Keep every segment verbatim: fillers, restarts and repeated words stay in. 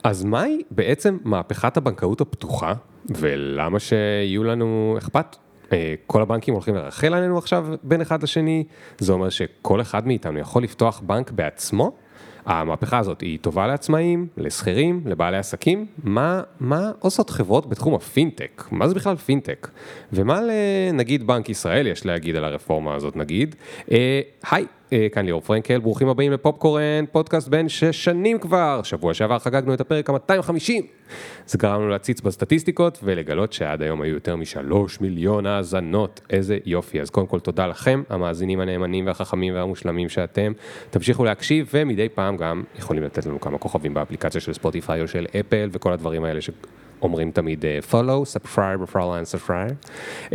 אז מהי בעצם מהפכת הבנקאות הפתוחה, ולמה שיהיו לנו אכפת? כל הבנקים הולכים לרחל עלינו עכשיו בין אחד לשני, זה אומר שכל אחד מאיתנו יכול לפתוח בנק בעצמו. המהפכה הזאת היא טובה לעצמאים, לסחירים, לבעלי עסקים. מה, מה עושות חברות בתחום הפינטק? מה זה בכלל פינטק? ומה לנגיד בנק ישראל יש להגיד על הרפורמה הזאת נגיד? אה, היי, אה, כאן ליאור פרנקל, ברוכים הבאים לפופקורן, פודקאסט בין שש שנים כבר. שבוע שעבר חגגנו את הפרק ה-מאתיים וחמישים. זה גרם לנו להציץ בסטטיסטיקות ולגלות שעד היום היו יותר משלוש מיליון האזנות. איזה יופי. אז קודם כל תודה לכם, המאזינים הנאמנים והחכמים והמושלמים שאתם. תמשיכו להקשיב ומדי פעם גם יכולים לתת לנו כמה כוכבים באפליקציה של ספוטיפיי או של אפל וכל הדברים האלה שאומרים תמיד follow, subscribe, follow and subscribe.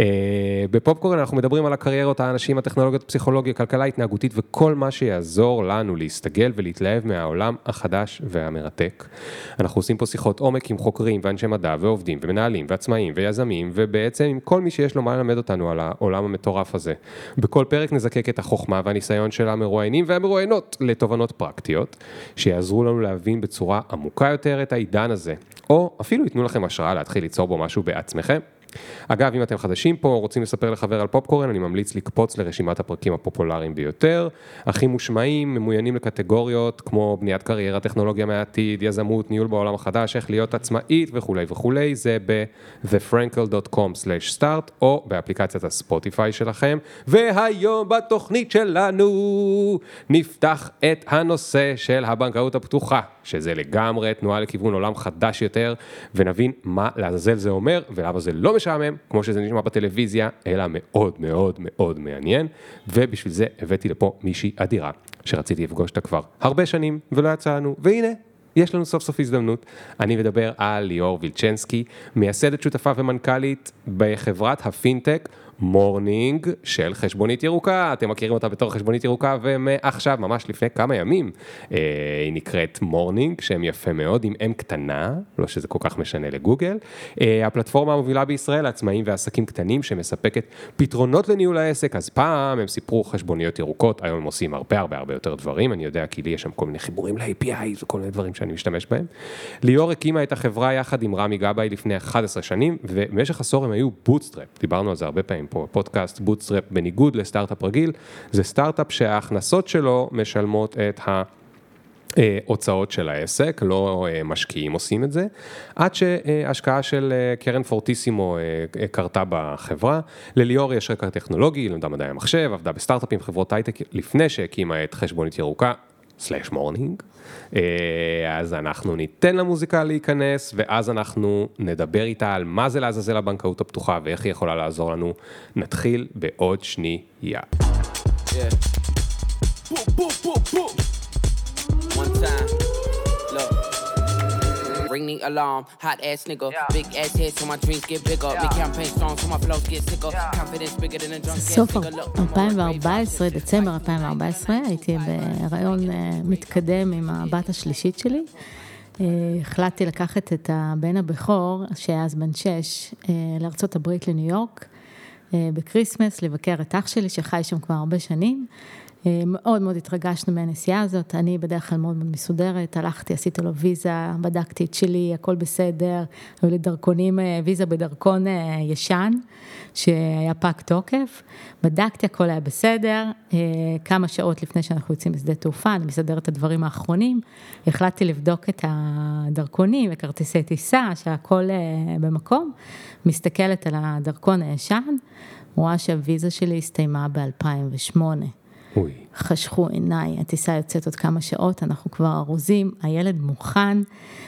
בפופקורן אנחנו מדברים על הקריירות, האנשים, הטכנולוגיות, הפסיכולוגיה, כלכלה התנהגותית וכל מה שיעזור לנו להסתגל ולהתלהב מהעולם החדש והמרתק. אנחנו עושים פה שיחות עומק עם חוקרים ואנשי מדע ועובדים ומנהלים ועצמאים ויזמים ובעצם עם כל מי שיש לו מה ללמד אותנו על העולם המטורף הזה. בכל פרק נזקק את החוכמה והניסיון של המרואיינים והמרואיינות לתובנות פרקטיות שיעזרו לנו להבין בצורה עמוקה יותר את העידן הזה, או אפילו ייתנו לכם השראה להתחיל ליצור בו משהו בעצמכם. אגב, אם אתם חדשים פה, רוצים לספר לחבר על פופקורן, אני ממליץ לקפוץ לרשימת הפרקים הפופולריים ביותר, הכי מושמעים, ממוינים לקטגוריות, כמו בניית קריירה, טכנולוגיה מהעתיד, יזמות, ניהול בעולם החדש, איך להיות עצמאית וכו' וכו', זה ב-the frankel dot com slash start, או באפליקציית הספוטיפיי שלכם, והיום בתוכנית שלנו נפתח את הנושא של הבנקאות הפתוחה, שזה לגמרי תנועה לכיוון עולם חדש יותר, ונבין מה לעזאזל זה אומר, ולמה זה לא משעמם, כמו שזה נשמע בטלוויזיה, אלא מאוד מאוד מאוד מעניין, ובשביל זה הבאתי לפה מישהי אדירה, שרציתי לפגוש אותה כבר הרבה שנים, ולא יצא לנו, והנה, יש לנו סוף סוף הזדמנות. אני מדבר על ליאור וילצ'נסקי, מייסדת שותפה ומנכ"לית בחברת הפינטק, מורנינג של חשבונית ירוקה. אתם מכירים אותה בתור חשבונית ירוקה, ומעכשיו, ממש לפני כמה ימים, אה, היא נקראת מורנינג, שם יפה מאוד, עם אם קטנה, לא שזה כל כך משנה לגוגל. אה, הפלטפורמה המובילה בישראל, עצמאים ועסקים קטנים, שמספקת פתרונות לניהול העסק. אז פעם הם סיפרו חשבוניות ירוקות, היום הם עושים הרבה הרבה הרבה יותר דברים, אני יודע כי לי יש שם כל מיני חיבורים ל-איי פי איי וכל מיני דברים שאני משתמש בהם. ליאור הקימה את החברה יחד עם רמי גבאי לפני אחת עשרה שנים, ובמשך עשור הם היו בוטסטראפ. דיברנו על זה הרבה פעמים פה בפודקאסט. בוטסטראפ בניגוד לסטארט-אפ רגיל, זה סטארט-אפ שההכנסות שלו משלמות את ההוצאות של העסק, לא משקיעים עושים את זה, עד שהשקעה של קרן פורטיסימו קרתה בחברה. לליאור יש רקע טכנולוגי, למדה מדעי המחשב, עבדה בסטארט-אפים, חברות הייטק, לפני שהקימה את חשבונית ירוקה, סלאש מורנינג. אז אנחנו ניתן למוזיקה להיכנס, ואז אנחנו נדבר איתה על מה זה לעזאזל הבנקאות הפתוחה, ואיך היא יכולה לעזור לנו. נתחיל בעוד שנייה. Yeah. Boom, boom, boom, boom. One time, look. Ring the alarm, hot ass nigga, yeah. Big ass head so my dreams get bigger, yeah. Big campaign strong so my flows get sicker, yeah. Confidence bigger than a drunk gas nigga. אלפיים וארבע עשרה, דצמבר אלפיים וארבע עשרה, הייתי ברעיון מתקדם עם הבת השלישית שלי. החלטתי לקחת את הבן הבכור, שהיה אז בן שש, לארצות הברית לניו יורק, בקריסמס, לבקר את אח שלי שחי שם כבר הרבה שנים. מאוד מאוד התרגשנו מהנסיעה הזאת, אני בדרך כלל מאוד מאוד מסודרת, הלכתי, עשיתי לו ויזה, בדקתי את שלי, הכל בסדר, היו לי דרכונים, ויזה בדרכון ישן, שהיה פג תוקף, בדקתי, הכל היה בסדר, כמה שעות לפני שאנחנו יוצאים בשדה תעופה, אני מסדר את הדברים האחרונים, החלטתי לבדוק את הדרכונים וכרטיסי טיסה, שהכל במקום, מסתכלת על הדרכון הישן, רואה שהוויזה שלי הסתיימה ב-אלפיים ושמונה. אוי. חשכו עיניי, הטיסה יוצאת עוד כמה שעות, אנחנו כבר ארוזים, הילד מוכן,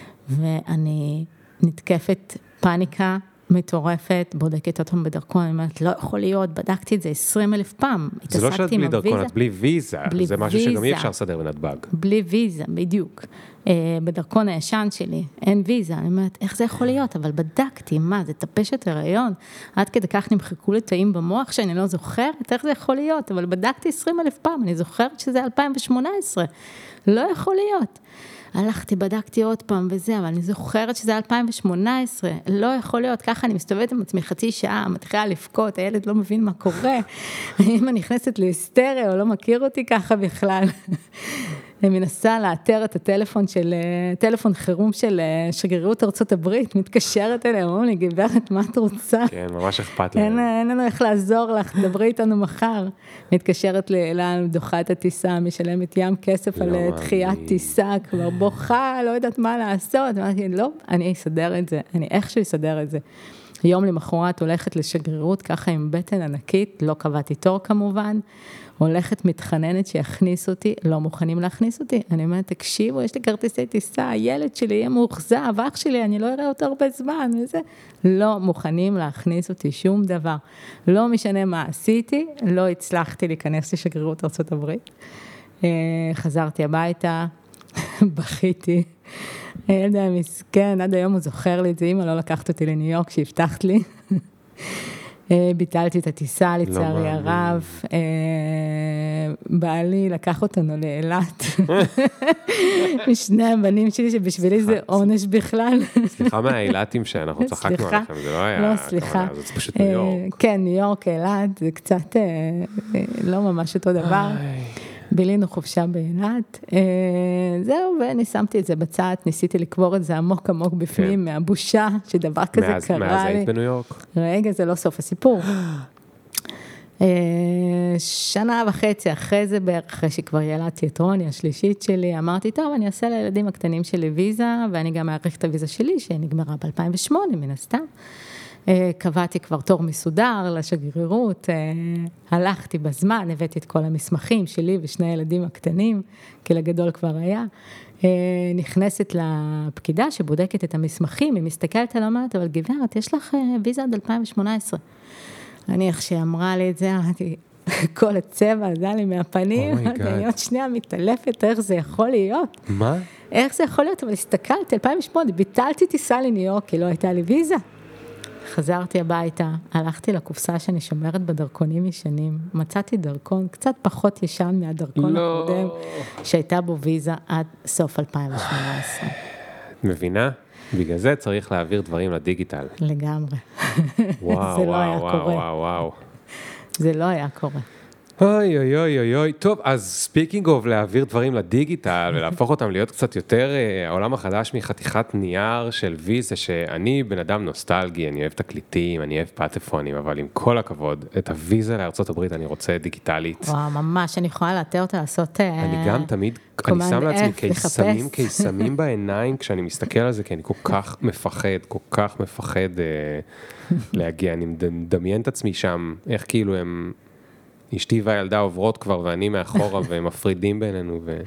ואני נתקפת פאניקה מטורפת, בודקת אותם בדרכון, אני אומרת, לא יכול להיות, בדקתי את זה עשרים אלף פעם, זה לא שאת בלי דרכון, את בלי ויזה, בלי זה משהו ויזה. שגם אי אפשר לסדר בנתב"ג. בלי ויזה, בדיוק. בדרכון הישן שלי, אין ויזה, אני אומרת, איך זה יכול להיות? אבל בדקתי, מה, זה טפשת הריון? עד כדי כך נמחקו לתאים במוח שאני לא זוכרת, איך זה יכול להיות? אבל בדקתי עשרים אלף פעם, אני זוכרת שזה אלפיים ושמונה עשרה, לא יכול להיות. הלכתי, בדקתי עוד פעם וזה, אבל אני זוכרת שזה אלפיים ושמונה עשרה, לא יכול להיות, ככה אני מסתובבת עם עצמי חצי שעה, מתחילה לפקות, הילד לא מבין מה קורה, אם אני נכנסת להיסטריה או לא מכיר אותי ככה בכלל. אני מנסה לאתר את הטלפון של, טלפון חירום של שגרירות ארצות הברית, מתקשרת אליה, אומרים לי, גברת, מה את רוצה? כן, ממש אכפת להם. אין, אין לנו איך לעזור לך, דברי איתנו מחר. מתקשרת לאלה, דוחה את הטיסה, משלמת ים כסף על דחיית טיסה, כבר בוכה, לא יודעת מה לעשות. אמרתי, לא, אני אסדר את זה, אני איכשהו אסדר את זה. יום למחרת הולכת לשגרירות, ככה עם בטן ענקית, לא קבעתי תור כמובן, הולכת מתחננת שיכניס אותי, לא מוכנים להכניס אותי, אני אומרת, תקשיבו, יש לי כרטיסי טיסה, הילד שלי יהיה מאוכזב, אח שלי, אני לא אראה אותו הרבה זמן, וזה, לא מוכנים להכניס אותי שום דבר, לא משנה מה עשיתי, לא הצלחתי להיכנס לשגרירות ארצות הברית, חזרתי הביתה, בכיתי, הילד היה מסכן, עד היום הוא זוכר לי את זה, אמא לא לקחת אותי לניו יורק שהבטחת לי, ביטלתי את הטיסה לצערי הרב, בעלי לקח אותנו לאילת, משני הבנים שלי שבשבילי זה עונש בכלל. סליחה מהאילתים שאנחנו צחקנו עליכם, זה לא היה, לא סליחה, זה פשוט ניו יורק. כן, ניו יורק, אילת, זה קצת לא ממש אותו דבר. בילינו חופשה באילת, זהו, ואני שמתי את זה בצד, ניסיתי לקבור את זה עמוק עמוק בפנים, מהבושה, שדבר כזה קרה לי. מאז היית בניו יורק? רגע, זה לא סוף הסיפור. שנה וחצי אחרי זה, בערך אחרי שכבר ילדתי את רוני, השלישית שלי, אמרתי, טוב, אני אעשה לילדים הקטנים שלי ויזה, ואני גם אעריך את הוויזה שלי, שנגמרה ב-אלפיים ושמונה, מן הסתם. קבעתי כבר תור מסודר לשגרירות, הלכתי בזמן, הבאתי את כל המסמכים שלי ושני הילדים הקטנים, כי לגדול כבר היה, נכנסת לפקידה שבודקת את המסמכים, היא מסתכלת על אומרת, אבל גברת, יש לך ויזה עד אלפיים ושמונה עשרה. אני איך שאמרה לי את זה, אמרתי, כל הצבע עזה לי מהפנים, אני עוד שנייה מתעלפת, איך זה יכול להיות? מה? איך זה יכול להיות? אבל הסתכלתי, אלפיים ושמונה, ביטלתי טיסה לניו יורק, כי לא הייתה לי ויזה. חזרתי הביתה, הלכתי לקופסה שאני שומרת בדרכונים ישנים, מצאתי דרכון קצת פחות ישן מהדרכון לא. הקודם, שהייתה בו ויזה עד סוף אלפיים ושמונה עשרה. מבינה? בגלל זה צריך להעביר דברים לדיגיטל. לגמרי. וואו, זה לא וואו, היה וואו, קורה. וואו, וואו. זה לא היה קורה. אוי, אוי, אוי, אוי, אוי. טוב, אז ספיקינג אוף להעביר דברים לדיגיטל ולהפוך אותם להיות קצת יותר העולם החדש מחתיכת נייר של ויזה, שאני בן אדם נוסטלגי, אני אוהב תקליטים, אני אוהב פטפונים, אבל עם כל הכבוד, את הוויזה לארצות הברית אני רוצה דיגיטלית. וואו, ממש, אני יכולה לאתר אותה לעשות... אני גם תמיד, אני שם לעצמי קיסמים, קיסמים בעיניים כשאני מסתכל על זה, כי אני כל כך מפחד, כל כך מפחד להגיע, אני מדמיין את עצמי שם, איך כאילו הם... אשתי והילדה עוברות כבר, ואני מאחורה, והם מפרידים בינינו. ו...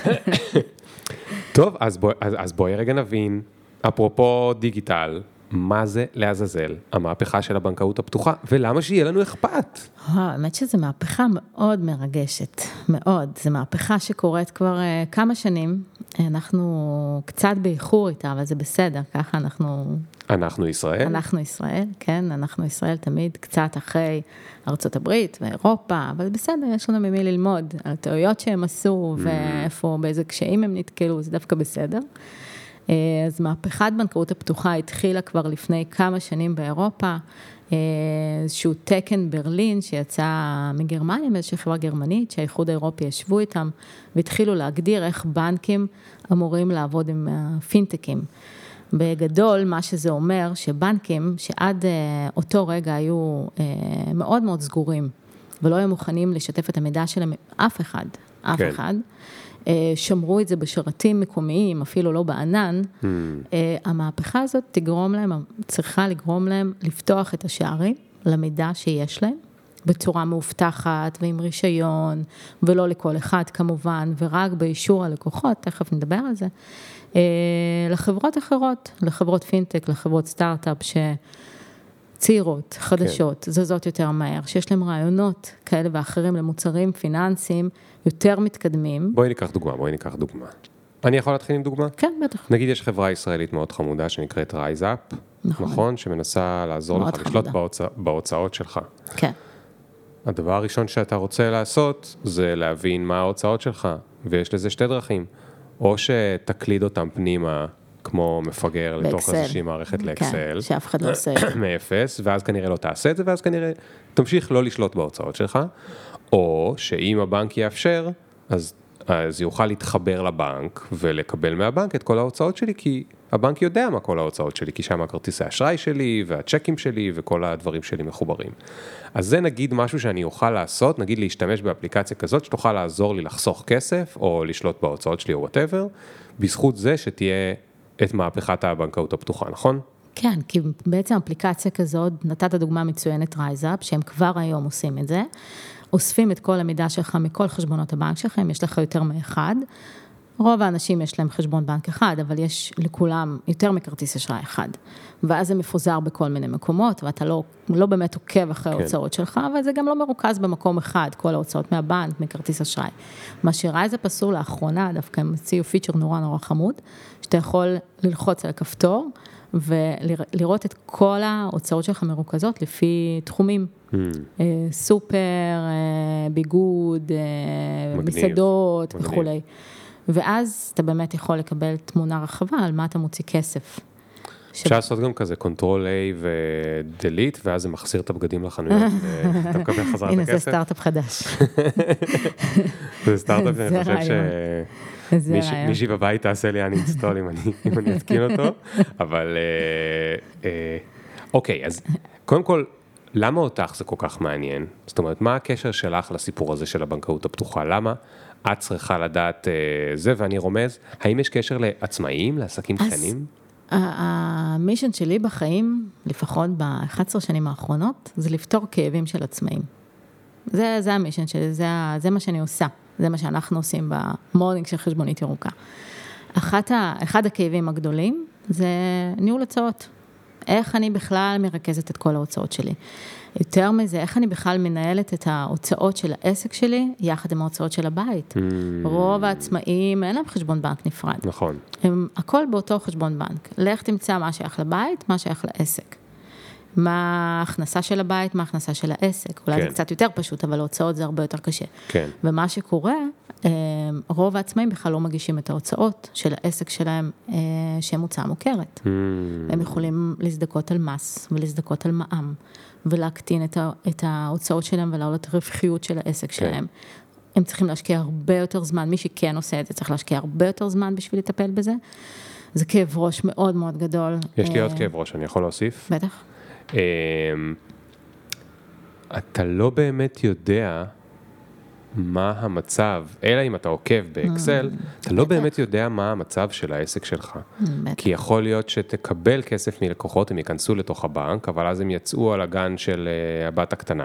טוב, אז, בוא, אז, אז בואי רגע נבין, אפרופו דיגיטל, מה זה לעזאזל, המהפכה של הבנקאות הפתוחה, ולמה שיהיה לנו אכפת? האמת שזו מהפכה מאוד מרגשת, מאוד. זו מהפכה שקורית כבר uh, כמה שנים, אנחנו קצת באיחור איתה, אבל זה בסדר, ככה אנחנו... אנחנו ישראל? אנחנו ישראל, כן, אנחנו ישראל תמיד קצת אחרי ארצות הברית ואירופה, אבל בסדר, יש לנו ממי ללמוד על הטעויות שהם עשו, ואיפה, באיזה קשיים הם נתקלו, זה דווקא בסדר. אז מהפכת בנקאות הפתוחה התחילה כבר לפני כמה שנים באירופה, איזשהו תקן ברלין שיצא מגרמניה, מאיזושהי חברה גרמנית, שהאיחוד האירופי ישבו איתם, והתחילו להגדיר איך בנקים אמורים לעבוד עם הפינטקים. בגדול, מה שזה אומר, שבנקים שעד אותו רגע היו מאוד מאוד סגורים, ולא היו מוכנים לשתף את המידע שלהם אף אחד, אף כן. אחד, שמרו את זה בשרתים מקומיים, אפילו לא בענן, hmm. המהפכה הזאת תגרום להם, צריכה לגרום להם לפתוח את השערים למידע שיש להם, בצורה מאובטחת ועם רישיון, ולא לכל אחד כמובן, ורק באישור הלקוחות, תכף נדבר על זה, לחברות אחרות, לחברות פינטק, לחברות סטארט-אפ שצעירות, חדשות, כן. זזות יותר מהר, שיש להם רעיונות כאלה ואחרים למוצרים פיננסיים יותר מתקדמים. בואי ניקח דוגמה, בואי ניקח דוגמה. אני יכול להתחיל עם דוגמה? כן, בטח. נגיד יש חברה ישראלית מאוד חמודה שנקראת RiseUp, נכון, נכון שמנסה לעזור לך לשלוט בהוצא, בהוצאות שלך. כן. הדבר הראשון שאתה רוצה לעשות זה להבין מה ההוצאות שלך, ויש לזה שתי דרכים. או שתקליד אותם פנימה כמו מפגר לתוך איזושהי מערכת לאקסל. כן, שאף אחד לא עושה. מאפס, ואז כנראה לא תעשה את זה, ואז כנראה תמשיך לא לשלוט בהוצאות שלך, או שאם הבנק יאפשר, אז אז יוכל להתחבר לבנק ולקבל מהבנק את כל ההוצאות שלי, כי הבנק יודע מה כל ההוצאות שלי, כי שם הכרטיסי האשראי שלי והצ'קים שלי וכל הדברים שלי מחוברים. אז זה נגיד משהו שאני אוכל לעשות, נגיד להשתמש באפליקציה כזאת, שתוכל לעזור לי לחסוך כסף, או לשלוט בהוצאות שלי או whatever, בזכות זה שתהיה את מהפכת הבנקאות הפתוחה, נכון? כן, כי בעצם אפליקציה כזאת, נתת דוגמה מצוינת רייזאפ, שהם כבר היום עושים את זה, אוספים את כל המידע שלך מכל חשבונות הבנק שלכם, יש לך יותר מאחד, רוב האנשים יש להם חשבון בנק אחד, אבל יש לכולם יותר מכרטיס אשראי אחד, ואז זה מפוזר בכל מיני מקומות, ואתה לא, לא באמת עוקב אחרי כן. ההוצאות שלך, אבל זה גם לא מרוכז במקום אחד, כל ההוצאות מהבנק, מכרטיס אשראי. מה שרייזאפ עשו לאחרונה, דווקא הם הציעו פיצ'ר נורא נורא חמוד, שאתה יכול ללחוץ על הכפתור, ולראות את כל ההוצאות שלך מרוכזות לפי תחומים, mm. סופר, ביגוד, מסעדות וכו'. ואז אתה באמת יכול לקבל תמונה רחבה על מה אתה מוציא כסף. אפשר לעשות גם כזה קונטרול A ו-delete, ואז זה מחזיר את הבגדים לחנויות, ואתה מקבל חזרת הכסף. הנה, זה סטארט-אפ חדש. זה סטארט-אפ, אני חושב שמישהי בבית תעשה לי uninstall אם אני אתקין אותו, אבל אוקיי, אז קודם כל, למה אותך זה כל כך מעניין? זאת אומרת, מה הקשר שלך לסיפור הזה של הבנקאות הפתוחה? למה את צריכה לדעת זה, ואני רומז, האם יש קשר לעצמאים, לעסקים קטנים? המישן שלי בחיים, לפחות ב-אחת עשרה שנים האחרונות, זה לפתור כאבים של עצמאים. זה, זה המישן שלי, זה, זה מה שאני עושה. זה מה שאנחנו עושים במורנינג של חשבונית ירוקה. אחת ה, אחד הכאבים הגדולים זה ניהול הוצאות. איך אני בכלל מרכזת את כל ההוצאות שלי. יותר מזה, איך אני בכלל מנהלת את ההוצאות של העסק שלי, יחד עם ההוצאות של הבית. Mm. רוב העצמאים, אין להם חשבון בנק נפרד. נכון. הם, הכל באותו חשבון בנק. לך תמצא מה שייך לבית, מה שייך לעסק. מה ההכנסה של הבית, מה ההכנסה של העסק. אולי כן. זה קצת יותר פשוט, אבל ההוצאות זה הרבה יותר קשה. כן. ומה שקורה, רוב העצמאים בכלל לא מגישים את ההוצאות של העסק שלהם, שהם הוצאה מוכרת. Mm. הם יכולים להזדקות על מס, ולהזדקות על מע"מ, ולהקטין את ההוצאות שלהם, ולהעלות את הרווחיות של העסק שלהם. כן. הם צריכים להשקיע הרבה יותר זמן, מי שכן עושה את זה, צריך להשקיע הרבה יותר זמן בשביל לטפל בזה. זה כאב ראש מאוד מאוד גדול. יש לי עוד כאב ראש, אני יכול להוסיף? בטח. אתה לא באמת יודע מה המצב, אלא אם אתה עוקב באקסל, אתה לא באמת יודע מה המצב של העסק שלך. כי יכול להיות שתקבל כסף מלקוחות, הם ייכנסו לתוך הבנק, אבל אז הם יצאו על הגן של הבת הקטנה.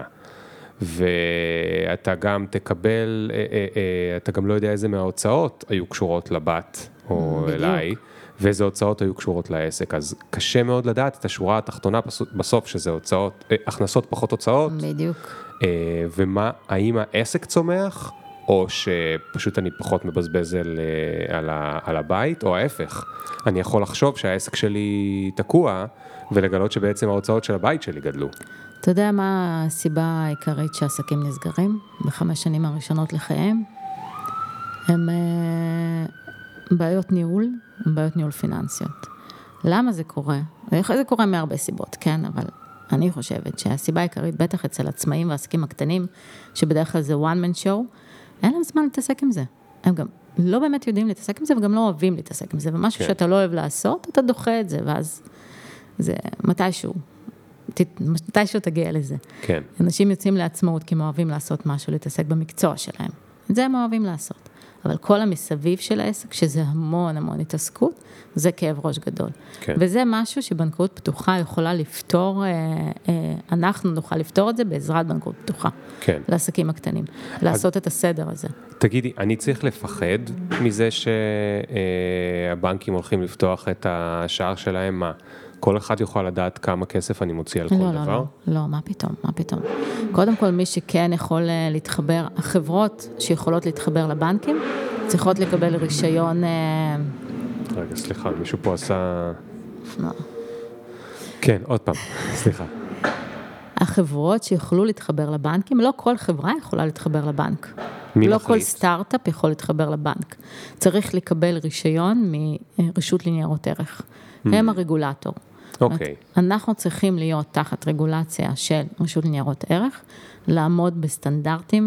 ואתה גם תקבל, אתה גם לא יודע איזה מההוצאות היו קשורות לבת או אליי, ואיזה הוצאות היו קשורות לעסק. אז קשה מאוד לדעת את השורה התחתונה בסוף, שזה הוצאות, הכנסות פחות הוצאות. בדיוק. ומה, האם העסק צומח, או שפשוט אני פחות מבזבז על, על, על הבית, או ההפך. אני יכול לחשוב שהעסק שלי תקוע, ולגלות שבעצם ההוצאות של הבית שלי גדלו. אתה יודע מה הסיבה העיקרית שעסקים נסגרים בחמש שנים הראשונות לחייהם? הם בעיות ניהול, בעיות ניהול פיננסיות. למה זה קורה? זה קורה מהרבה סיבות, כן? אבל אני חושבת שהסיבה העיקרית, בטח אצל עצמאים והעסקים הקטנים, שבדרך כלל זה one man show, אין להם זמן להתעסק עם זה. הם גם לא באמת יודעים להתעסק עם זה, וגם לא אוהבים להתעסק עם זה. ומשהו כן. שאתה לא אוהב לעשות, אתה דוחה את זה, ואז זה מתישהו. מתישהו תגיע לזה. כן. אנשים יוצאים לעצמאות כי הם אוהבים לעשות משהו, להתעסק במקצוע שלהם. את זה הם אוהבים לעשות. אבל כל המסביב של העסק, שזה המון המון התעסקות, זה כאב ראש גדול. כן. וזה משהו שבנקאות פתוחה יכולה לפתור, אנחנו נוכל לפתור את זה בעזרת בנקאות פתוחה. כן. לעסקים הקטנים. לעשות את הסדר הזה. תגידי, אני צריך לפחד מזה שהבנקים הולכים לפתוח את השער שלהם, מה? כל אחד יוכל לדעת כמה כסף אני מוציא על כל לא, דבר? לא, לא, לא, מה פתאום, מה פתאום. קודם כל, מי שכן יכול להתחבר, החברות שיכולות להתחבר לבנקים, צריכות לקבל רישיון... רגע, סליחה, מישהו פה עשה... לא. כן, עוד פעם, סליחה. החברות שיכולו להתחבר לבנקים, לא כל חברה יכולה להתחבר לבנק. מי לא מחליט? כל סטארט-אפ יכול להתחבר לבנק. צריך לקבל רישיון מרשות לניירות ערך. הם הרגולטור. אוקיי. אנחנו צריכים להיות תחת רגולציה של רשות לניירות ערך, לעמוד בסטנדרטים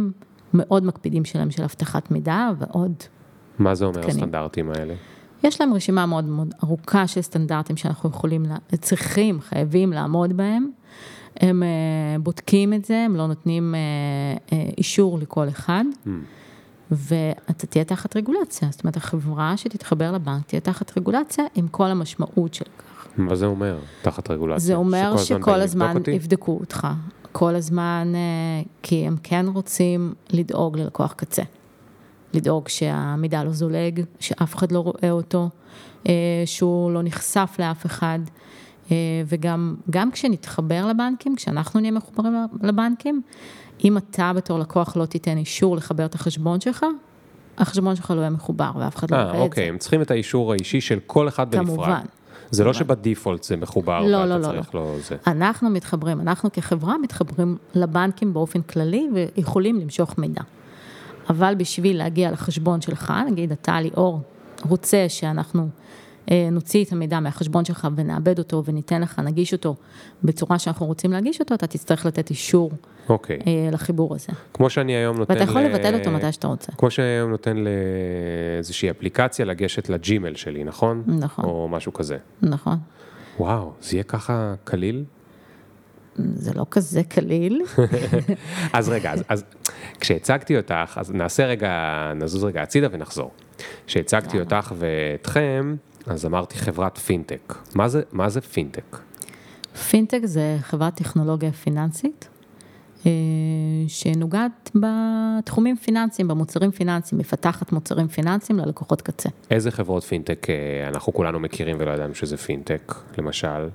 מאוד מקפידים שלהם של הבטחת מידע, ועוד... מה זה אומר הסטנדרטים האלה? יש להם רשימה מאוד מאוד ארוכה של סטנדרטים שאנחנו יכולים, צריכים, חייבים לעמוד בהם. הם בודקים את זה, הם לא נותנים אישור לכל אחד, ואתה תהיה תחת רגולציה. זאת אומרת, החברה שתתחבר לבנק תהיה תחת רגולציה עם כל המשמעות של כך. מה זה אומר, תחת רגולציה? זה אומר שכל הזמן יבדקו אותך. כל הזמן, כי הם כן רוצים לדאוג ללקוח קצה. לדאוג שהמידע לא זולג, שאף אחד לא רואה אותו, שהוא לא נחשף לאף אחד, וגם גם כשנתחבר לבנקים, כשאנחנו נהיה מחוברים לבנקים, אם אתה בתור לקוח לא תיתן אישור לחבר את החשבון שלך, החשבון שלך לא יהיה מחובר, ואף אחד לא רואה את זה. אוקיי, הם צריכים את האישור האישי של כל אחד בנפרד. כמובן. זה לא שבדיפולט זה מחובר, לא, ואתה לא, צריך לא. לא זה. אנחנו מתחברים, אנחנו כחברה מתחברים לבנקים באופן כללי, ויכולים למשוך מידע. אבל בשביל להגיע לחשבון שלך, נגיד, אתה ליאור, רוצה שאנחנו נוציא את המידע מהחשבון שלך ונאבד אותו וניתן לך, נגיש אותו בצורה שאנחנו רוצים להגיש אותו, אתה תצטרך לתת אישור אוקיי. לחיבור הזה. כמו שאני היום נותן... ואתה יכול לבטל אותו מתי שאתה רוצה. כמו שאני היום נותן לאיזושהי אפליקציה לגשת לג'ימל שלי, נכון? נכון. או משהו כזה. נכון. וואו, זה יהיה ככה קליל? זה לא כזה קליל. אז רגע, אז, אז כשהצגתי אותך, אז נעשה רגע, נזוז רגע הצידה ונחזור. כשהצגתי אותך ואתכם, אז אמרתי חברת פינטק. מה זה, מה זה פינטק? פינטק זה חברת טכנולוגיה פיננסית, שנוגעת בתחומים פיננסיים, במוצרים פיננסיים, מפתחת מוצרים פיננסיים ללקוחות קצה. איזה חברות פינטק אנחנו כולנו מכירים ולא ידענו שזה פינטק, למשל?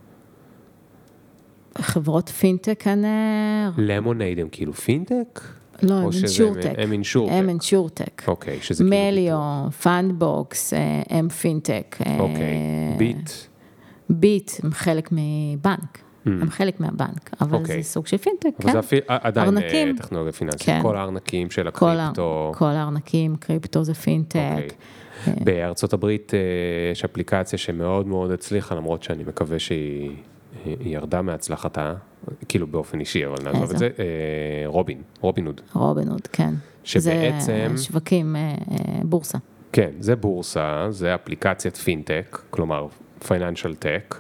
חברות פינטק, אני... למונייד הם כאילו פינטק? לא, הם אינשורטק. הם אינשורטק. הם אינשורטק. אוקיי, שזה כאילו... מליו, פאנדבוקס, הם פינטק. אוקיי, ביט. ביט הם חלק מבנק. הם חלק מהבנק, אבל זה סוג של פינטק, כן? אבל זה עדיין טכנולוגיה פיננסית. כל הארנקים של הקריפטו. כל הארנקים, קריפטו זה פינטק. בארצות הברית יש אפליקציה שמאוד מאוד הצליחה, למרות שאני מקווה שהיא ירדה מהצלחתה, כאילו באופן אישי, אבל נעזוב את זה, רובין, רובינהוד. רובינהוד, כן. שבעצם... זה שווקים, בורסה. כן, זה בורסה, זה אפליקציית פינטק, כלומר, פייננשל טק,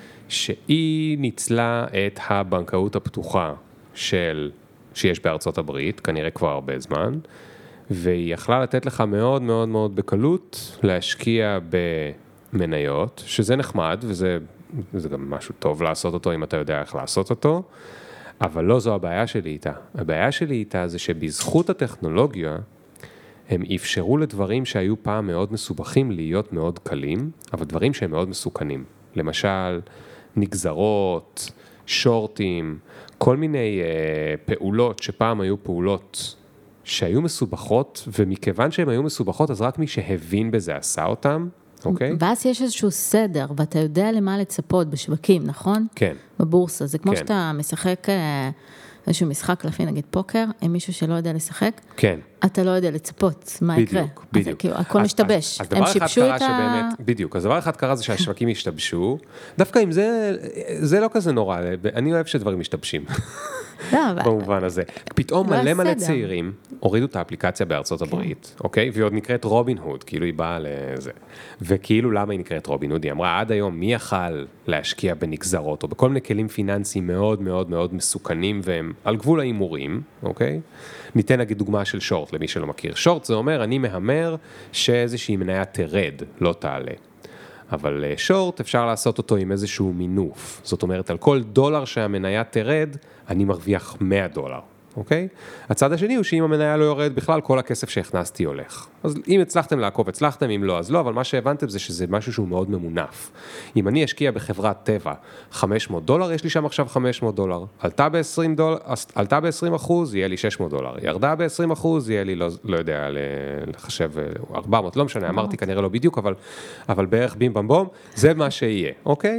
שהיא ניצלה את הבנקאות הפתוחה של, שיש בארצות הברית, כנראה כבר הרבה זמן, והיא יכלה לתת לך מאוד מאוד מאוד בקלות להשקיע במניות, שזה נחמד, וזה זה גם משהו טוב לעשות אותו, אם אתה יודע איך לעשות אותו, אבל לא זו הבעיה שלי איתה. הבעיה שלי איתה זה שבזכות הטכנולוגיה, הם אפשרו לדברים שהיו פעם מאוד מסובכים להיות מאוד קלים, אבל דברים שהם מאוד מסוכנים. למשל, נגזרות, שורטים, כל מיני אה, פעולות שפעם היו פעולות שהיו מסובכות, ומכיוון שהן היו מסובכות, אז רק מי שהבין בזה עשה אותם, אוקיי? ואז יש איזשהו סדר, ואתה יודע למה לצפות בשווקים, נכון? כן. בבורסה, זה כמו כן. שאתה משחק איזשהו משחק לפי, נגיד פוקר, עם מישהו שלא יודע לשחק, כן. אתה לא יודע לצפות מה יקרה. בדיוק, בדיוק. כאילו, הכל אז, משתבש. אז, אז דבר אחד קרה שבאמת, בדיוק, אז דבר אחד קרה זה שהשווקים השתבשו, דווקא אם זה, זה לא כזה נורא, אני אוהב שדברים משתבשים. במובן הזה. פתאום מלא מלא צעירים הורידו את האפליקציה בארצות הברית, אוקיי? והיא עוד נקראת רובינהוד, כאילו היא באה לזה. וכאילו למה היא נקראת רובינהוד? היא אמרה, עד היום מי יכל להשקיע בנגזרות, או בכל מיני כלים פיננסיים מאוד מאוד מאוד מסוכנים, והם על גבול האימורים, אוקיי? ניתן נגיד דוגמה של שורט, למי שלא מכיר. שורט זה אומר, אני מהמר שאיזושהי מניה תרד, לא תעלה. אבל שורט אפשר לעשות אותו עם איזשהו מינוף. זאת אומרת, על כל דולר שהמניה תרד, אני מרוויח מאה דולר, אוקיי? הצד השני הוא שאם המניה לא יורד בכלל, כל הכסף שהכנסתי הולך. אז אם הצלחתם לעקוב, הצלחתם, אם לא, אז לא, אבל מה שהבנתם זה שזה משהו שהוא מאוד ממונף. אם אני אשקיע בחברת טבע חמש מאות דולר, יש לי שם עכשיו חמש מאות דולר. עלתה ב-עשרים דולר, עלתה ב-עשרים אחוז, יהיה לי שש מאות דולר. ירדה ב-עשרים אחוז, יהיה לי, לא, לא יודע, לחשב ארבע מאות, לא משנה, אמרתי כנראה לא בדיוק, אבל, אבל בערך בים במבום, זה מה שיהיה, אוקיי?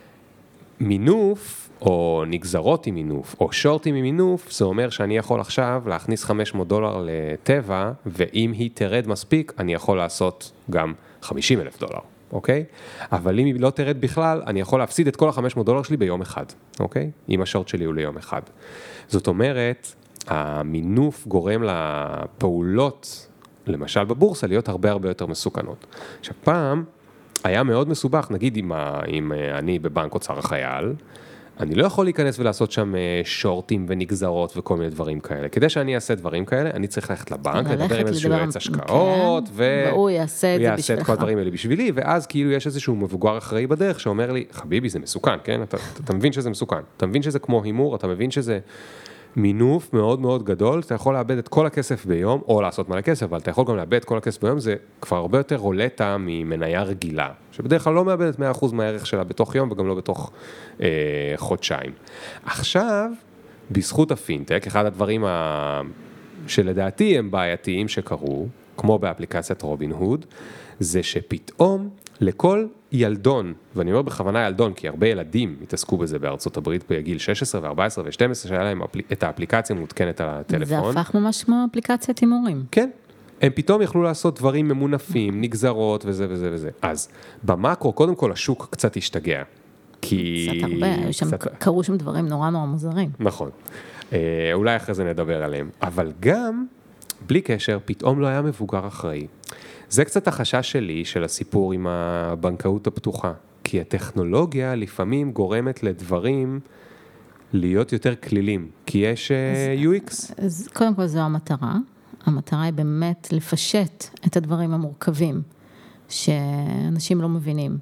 מינוף, או נגזרות עם מינוף, או שורטים עם מינוף, זה אומר שאני יכול עכשיו להכניס חמש מאות דולר לטבע, ואם היא תרד מספיק, אני יכול לעשות גם חמישים אלף דולר, אוקיי? אבל אם היא לא תרד בכלל, אני יכול להפסיד את כל ה-חמש מאות דולר שלי ביום אחד, אוקיי? אם השורט שלי הוא ליום אחד. זאת אומרת, המינוף גורם לפעולות, למשל בבורסה, להיות הרבה הרבה יותר מסוכנות. עכשיו, פעם היה מאוד מסובך, נגיד אם, אם אני בבנק אוצר החייל, אני לא יכול להיכנס ולעשות שם שורטים ונגזרות וכל מיני דברים כאלה. כדי שאני אעשה דברים כאלה, אני צריך ללכת לבנק, לדבר עם איזשהו יועץ השקעות, והוא יעשה את זה בשבילך. יעשה את כל הדברים האלה בשבילי, ואז כאילו יש איזשהו מבוגר אחראי בדרך שאומר לי, חביבי, זה מסוכן, כן? אתה, אתה מבין שזה מסוכן. אתה מבין שזה כמו הימור, אתה מבין שזה מינוף מאוד מאוד גדול, אתה יכול לאבד את כל הכסף ביום, או לעשות מלא כסף, אבל אתה יכול גם לאבד את כל הכסף ביום, זה כבר הרבה יותר רולטה ממניה רגילה, שבדרך כלל לא מאבדת מאה אחוז מהערך שלה בתוך יום, וגם לא בתוך אה, חודשיים. עכשיו, בזכות הפינטק, אחד הדברים ה... שלדעתי הם בעייתיים שקרו, כמו באפליקציית רובין הוד, זה שפתאום לכל ילדון, ואני אומר בכוונה ילדון, כי הרבה ילדים התעסקו בזה בארצות הברית בגיל שש עשרה ו-ארבע עשרה ו-שתים עשרה, שהיה להם את האפליקציה מותקנת על הטלפון. זה הפך ממש כמו אפליקציית הימורים. כן. הם פתאום יכלו לעשות דברים ממונפים, נגזרות וזה וזה וזה. אז במקרו, קודם כל, השוק קצת השתגע. כי... קצת הרבה, שם קצת... קרו שם דברים נורא נורא מוזרים. נכון. אה, אולי אחרי זה נדבר עליהם. אבל גם, בלי קשר, פתאום לא היה מבוגר אחראי. זה קצת החשש שלי של הסיפור עם הבנקאות הפתוחה, כי הטכנולוגיה לפעמים גורמת לדברים להיות יותר כלילים, כי יש אז, יו אקס. אז קודם כל זו המטרה, המטרה היא באמת לפשט את הדברים המורכבים, שאנשים לא מבינים,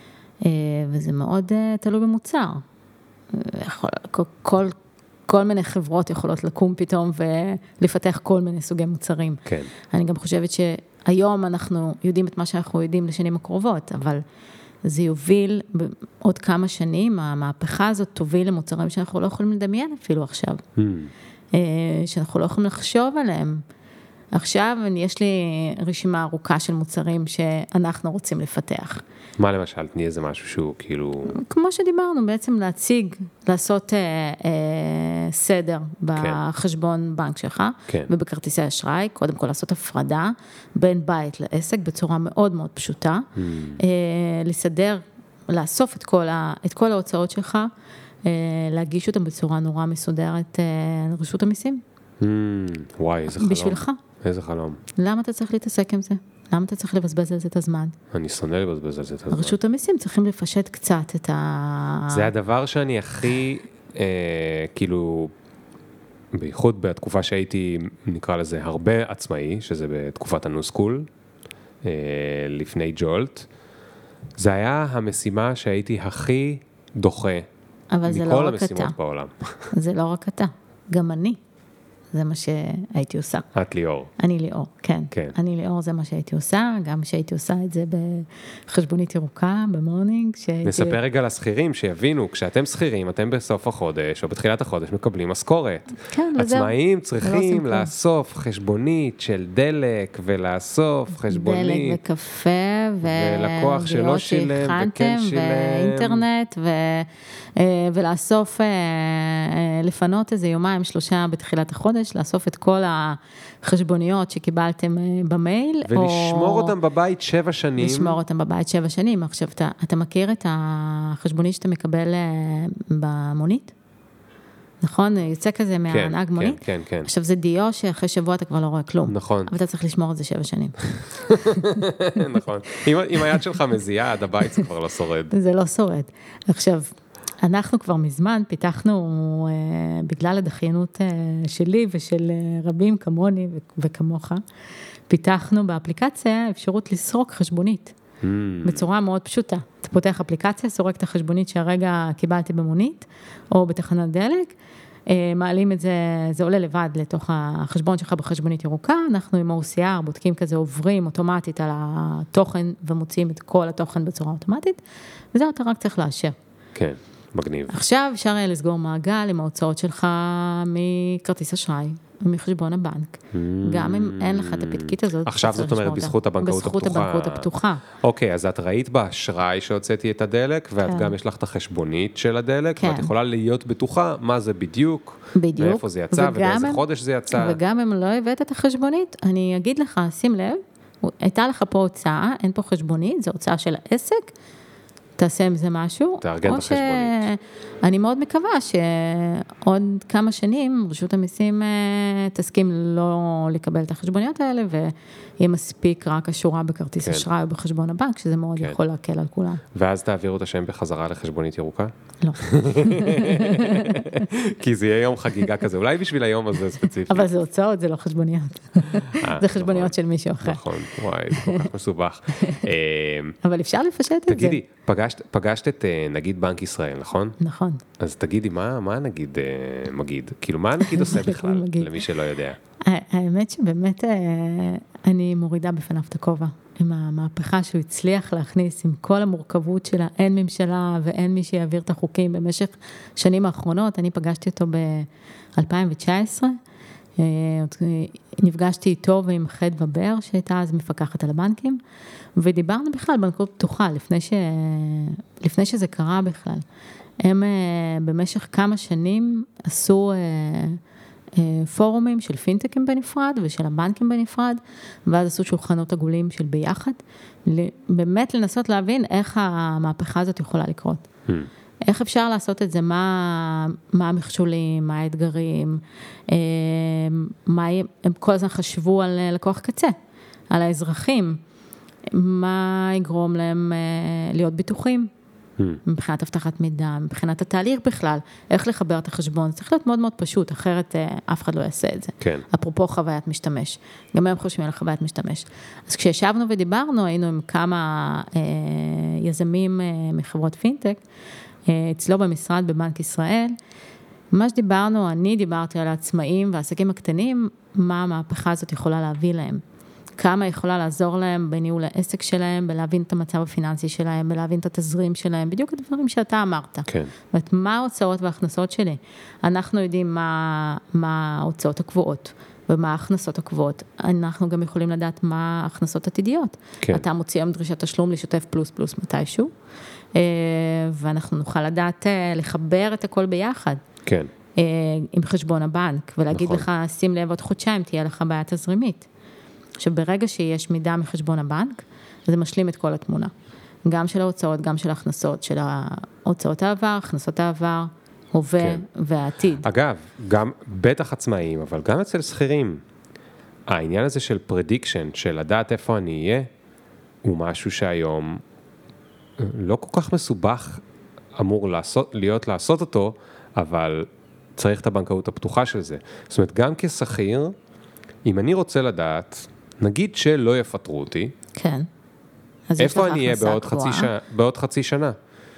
וזה מאוד תלוי במוצר. כל, כל, כל מיני חברות יכולות לקום פתאום ולפתח כל מיני סוגי מוצרים. כן. אני גם חושבת ש... היום אנחנו יודעים את מה שאנחנו יודעים לשנים הקרובות, אבל זה יוביל בעוד כמה שנים, המהפכה הזאת תוביל למוצרים שאנחנו לא יכולים לדמיין אפילו עכשיו, mm. שאנחנו לא יכולים לחשוב עליהם. עכשיו יש לי רשימה ארוכה של מוצרים שאנחנו רוצים לפתח. מה למשל? תני איזה משהו שהוא כאילו... כמו שדיברנו, בעצם להציג, לעשות אה, אה, סדר בחשבון כן. בנק שלך, כן. ובכרטיסי אשראי, קודם כל לעשות הפרדה בין בית לעסק בצורה מאוד מאוד פשוטה, mm. אה, לסדר, לאסוף את כל, ה, את כל ההוצאות שלך, אה, להגיש אותם בצורה נורא מסודרת אה, לרשות המיסים. Mm. וואי, איזה חלום. בשבילך. איזה חלום. למה אתה צריך להתעסק עם זה? למה אתה צריך לבזבז על זה את הזמן? אני שונא לבזבז על זה את הזמן. רשות המיסים צריכים לפשט קצת את ה... זה הדבר שאני הכי, אה, כאילו, בייחוד בתקופה שהייתי, נקרא לזה, הרבה עצמאי, שזה בתקופת הנוסקול, אה, לפני ג'ולט, זה היה המשימה שהייתי הכי דוחה מכל המשימות בעולם. זה לא רק אתה, גם אני. זה מה שהייתי עושה. את ליאור. אני ליאור, כן. כן. אני ליאור, זה מה שהייתי עושה, גם שהייתי עושה את זה בחשבונית ירוקה, במורנינג. שהייתי... נספר רגע לסחירים, שיבינו, כשאתם סחירים, אתם בסוף החודש, או בתחילת החודש, מקבלים משכורת. כן, וזהו. עצמאים צריכים לא לאסוף חשבונית של דלק, ולאסוף חשבונית. דלק וקפה, ו... ולקוח שלא שילם, וכן שילם. ואינטרנט, ו... ולאסוף, לפנות איזה יומיים, שלושה בתחילת החודש, לאסוף את כל החשבוניות שקיבלתם במייל. ולשמור או... אותם בבית שבע שנים. לשמור אותם בבית שבע שנים. עכשיו, אתה, אתה מכיר את החשבונית שאתה מקבל במונית? נכון? יוצא כזה מהנהג כן, מונית? כן, כן. עכשיו, זה דיו שאחרי שבוע אתה כבר לא רואה כלום. נכון. אבל אתה צריך לשמור את זה שבע שנים. נכון. אם, אם היד שלך מזיעה, עד הבית זה כבר לא שורד. זה לא שורד. עכשיו, אנחנו כבר מזמן פיתחנו, בגלל הדחיינות שלי ושל רבים כמוני וכמוך, פיתחנו באפליקציה אפשרות לסרוק חשבונית, mm. בצורה מאוד פשוטה. אתה פותח אפליקציה, סורק את החשבונית שהרגע קיבלתי במונית, או בתחנת דלק, מעלים את זה, זה עולה לבד לתוך החשבון שלך בחשבונית ירוקה, אנחנו עם או סי אר בודקים כזה, עוברים אוטומטית על התוכן, ומוציאים את כל התוכן בצורה אוטומטית, וזהו, אתה רק צריך לאשר. כן. מגניב. עכשיו אפשר היה לסגור מעגל עם ההוצאות שלך מכרטיס אשראי, ומחשבון הבנק. Mm. גם אם אין לך את הפתקית הזאת. עכשיו זאת אומרת, בזכות הבנקאות הפתוחה. בזכות הבנקאות הפתוחה. אוקיי, אז את ראית באשראי שהוצאתי את הדלק, ואת גם יש לך את החשבונית של הדלק, ואת יכולה להיות בטוחה מה זה בדיוק, מאיפה זה יצא, ובאיזה חודש זה יצא. וגם אם לא הבאת את החשבונית, אני אגיד לך, שים לב, הייתה לך פה הוצאה, אין פה חשבונית, זו הוצאה של העסק, תעשה עם זה משהו. תארגן בחשבונית. אני מאוד מקווה שעוד כמה שנים רשות המיסים תסכים לא לקבל את החשבוניות האלה, ויהיה מספיק רק השורה בכרטיס כן. אשראי או בחשבון הבנק, שזה מאוד כן. יכול להקל על כולם. ואז תעבירו את השם בחזרה לחשבונית ירוקה? לא. כי זה יהיה יום חגיגה כזה, אולי בשביל היום הזה ספציפי. אבל זה הוצאות, זה לא חשבוניות. זה חשבוניות של מישהו אחר. נכון, וואי, זה כל כך מסובך. אבל אפשר לפשט את זה. תגידי, פגשת את נגיד בנק ישראל, נכון? נכון. אז תגידי, מה הנגיד מגיד? כאילו, מה הנגיד עושה בכלל, למי שלא יודע? האמת שבאמת אני מורידה בפניו את הכובע. עם המהפכה שהוא הצליח להכניס, עם כל המורכבות שלה, אין ממשלה ואין מי שיעביר את החוקים במשך שנים האחרונות. אני פגשתי אותו ב-אלפיים תשע עשרה, נפגשתי איתו ועם חד ובר, שהייתה אז מפקחת על הבנקים, ודיברנו בכלל בנקאות פתוחה, לפני, ש... לפני שזה קרה בכלל. הם במשך כמה שנים עשו פורומים של פינטקים בנפרד ושל הבנקים בנפרד, ואז עשו שולחנות עגולים של ביחד, באמת לנסות להבין איך המהפכה הזאת יכולה לקרות. Hmm. איך אפשר לעשות את זה, מה, מה המכשולים, מה האתגרים, מה, הם כל הזמן חשבו על לקוח קצה, על האזרחים, מה יגרום להם להיות בטוחים, מבחינת הבטחת מידע, מבחינת התהליך בכלל, איך לחבר את החשבון, זה צריך להיות מאוד מאוד פשוט, אחרת אף אחד לא יעשה את זה. כן. אפרופו חוויית משתמש, גם הם חושבים על חוויית משתמש. אז כשישבנו ודיברנו, היינו עם כמה אה, יזמים אה, מחברות פינטק, אה, אצלו במשרד בבנק ישראל, מה שדיברנו, אני דיברתי על העצמאים והעסקים הקטנים, מה המהפכה הזאת יכולה להביא להם. כמה יכולה לעזור להם בניהול העסק שלהם, בלהבין את המצב הפיננסי שלהם, בלהבין את התזרים שלהם, בדיוק הדברים שאתה אמרת. כן. זאת מה ההוצאות וההכנסות שלי? אנחנו יודעים מה, מה ההוצאות הקבועות, ומה ההכנסות הקבועות. אנחנו גם יכולים לדעת מה ההכנסות עתידיות. כן. אתה מוציא עם דרישת תשלום לשוטף פלוס פלוס מתישהו, ואנחנו נוכל לדעת לחבר את הכל ביחד. כן. עם חשבון הבנק, ולהגיד נכון. לך, שים לב עוד חודשיים, תהיה לך בעיה תזרימית. שברגע שיש מידע מחשבון הבנק, זה משלים את כל התמונה. גם של ההוצאות, גם של ההכנסות, של ההוצאות העבר, הכנסות העבר, הווה כן. והעתיד. אגב, גם בטח עצמאים, אבל גם אצל שכירים, העניין הזה של prediction, של לדעת איפה אני אהיה, הוא משהו שהיום לא כל כך מסובך אמור לעשות, להיות לעשות אותו, אבל צריך את הבנקאות הפתוחה של זה. זאת אומרת, גם כשכיר, אם אני רוצה לדעת, נגיד שלא יפטרו אותי, כן. איפה אני אהיה בעוד חצי, ש... בעוד חצי שנה?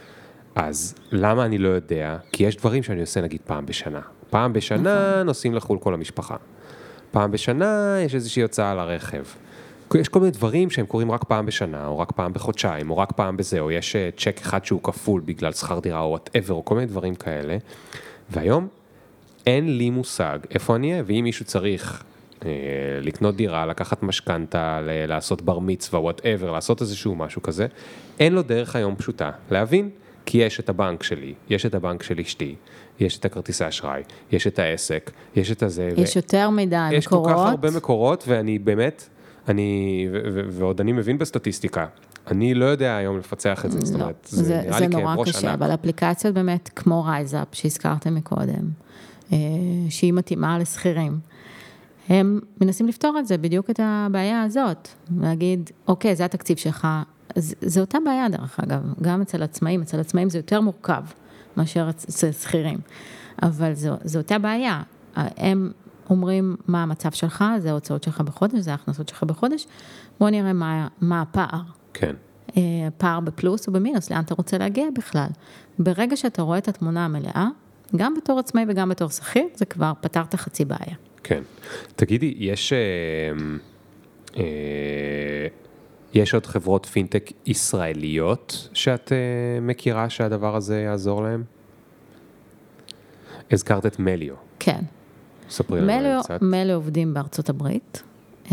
אז למה אני לא יודע? כי יש דברים שאני עושה נגיד פעם בשנה. פעם בשנה נכון. נוסעים לחול כל המשפחה. פעם בשנה יש איזושהי הוצאה על הרכב. יש כל מיני דברים שהם קורים רק פעם בשנה, או רק פעם בחודשיים, או רק פעם בזה, או יש צ'ק אחד שהוא כפול בגלל שכר דירה, או whatever, או כל מיני דברים כאלה. והיום אין לי מושג איפה אני אהיה, ואם מישהו צריך לקנות דירה, לקחת משכנתה, לעשות בר מצווה, whatever, לעשות איזשהו משהו כזה, אין לו דרך היום פשוטה להבין, כי יש את הבנק שלי, יש את הבנק של אשתי, יש את הכרטיסי אשראי, יש את העסק, יש את הזה. יש ו... יותר מדי מקורות. יש כל כך הרבה מקורות, ואני באמת, אני, ו- ו- ועוד אני מבין בסטטיסטיקה, אני לא יודע היום לפצח את זה, זאת אומרת, זה, זה נראה זה לי כאב ראש ענק. אבל אפליקציות באמת, כמו רייזאפ, שהזכרתם מקודם, שהיא מתאימה לסחירים, הם מנסים לפתור את זה, בדיוק את הבעיה הזאת, להגיד, אוקיי, זה התקציב שלך, זה, זה אותה בעיה דרך אגב, גם אצל עצמאים, אצל עצמאים זה יותר מורכב, מאשר אצל שכירים, אבל זו, זו אותה בעיה, הם אומרים מה המצב שלך, זה ההוצאות שלך בחודש, זה ההכנסות שלך בחודש, בוא נראה מה, מה הפער. כן. פער בפלוס או במינוס, לאן אתה רוצה להגיע בכלל. ברגע שאתה רואה את התמונה המלאה, גם בתור עצמאי וגם בתור שכיר, זה כבר פתרת חצי בעיה. כן. תגידי, יש, אה, יש עוד חברות פינטק ישראליות שאת אה, מכירה שהדבר הזה יעזור להם? הזכרת את מליו. כן. ספרי לנו קצת. מליו עובדים בארצות הברית.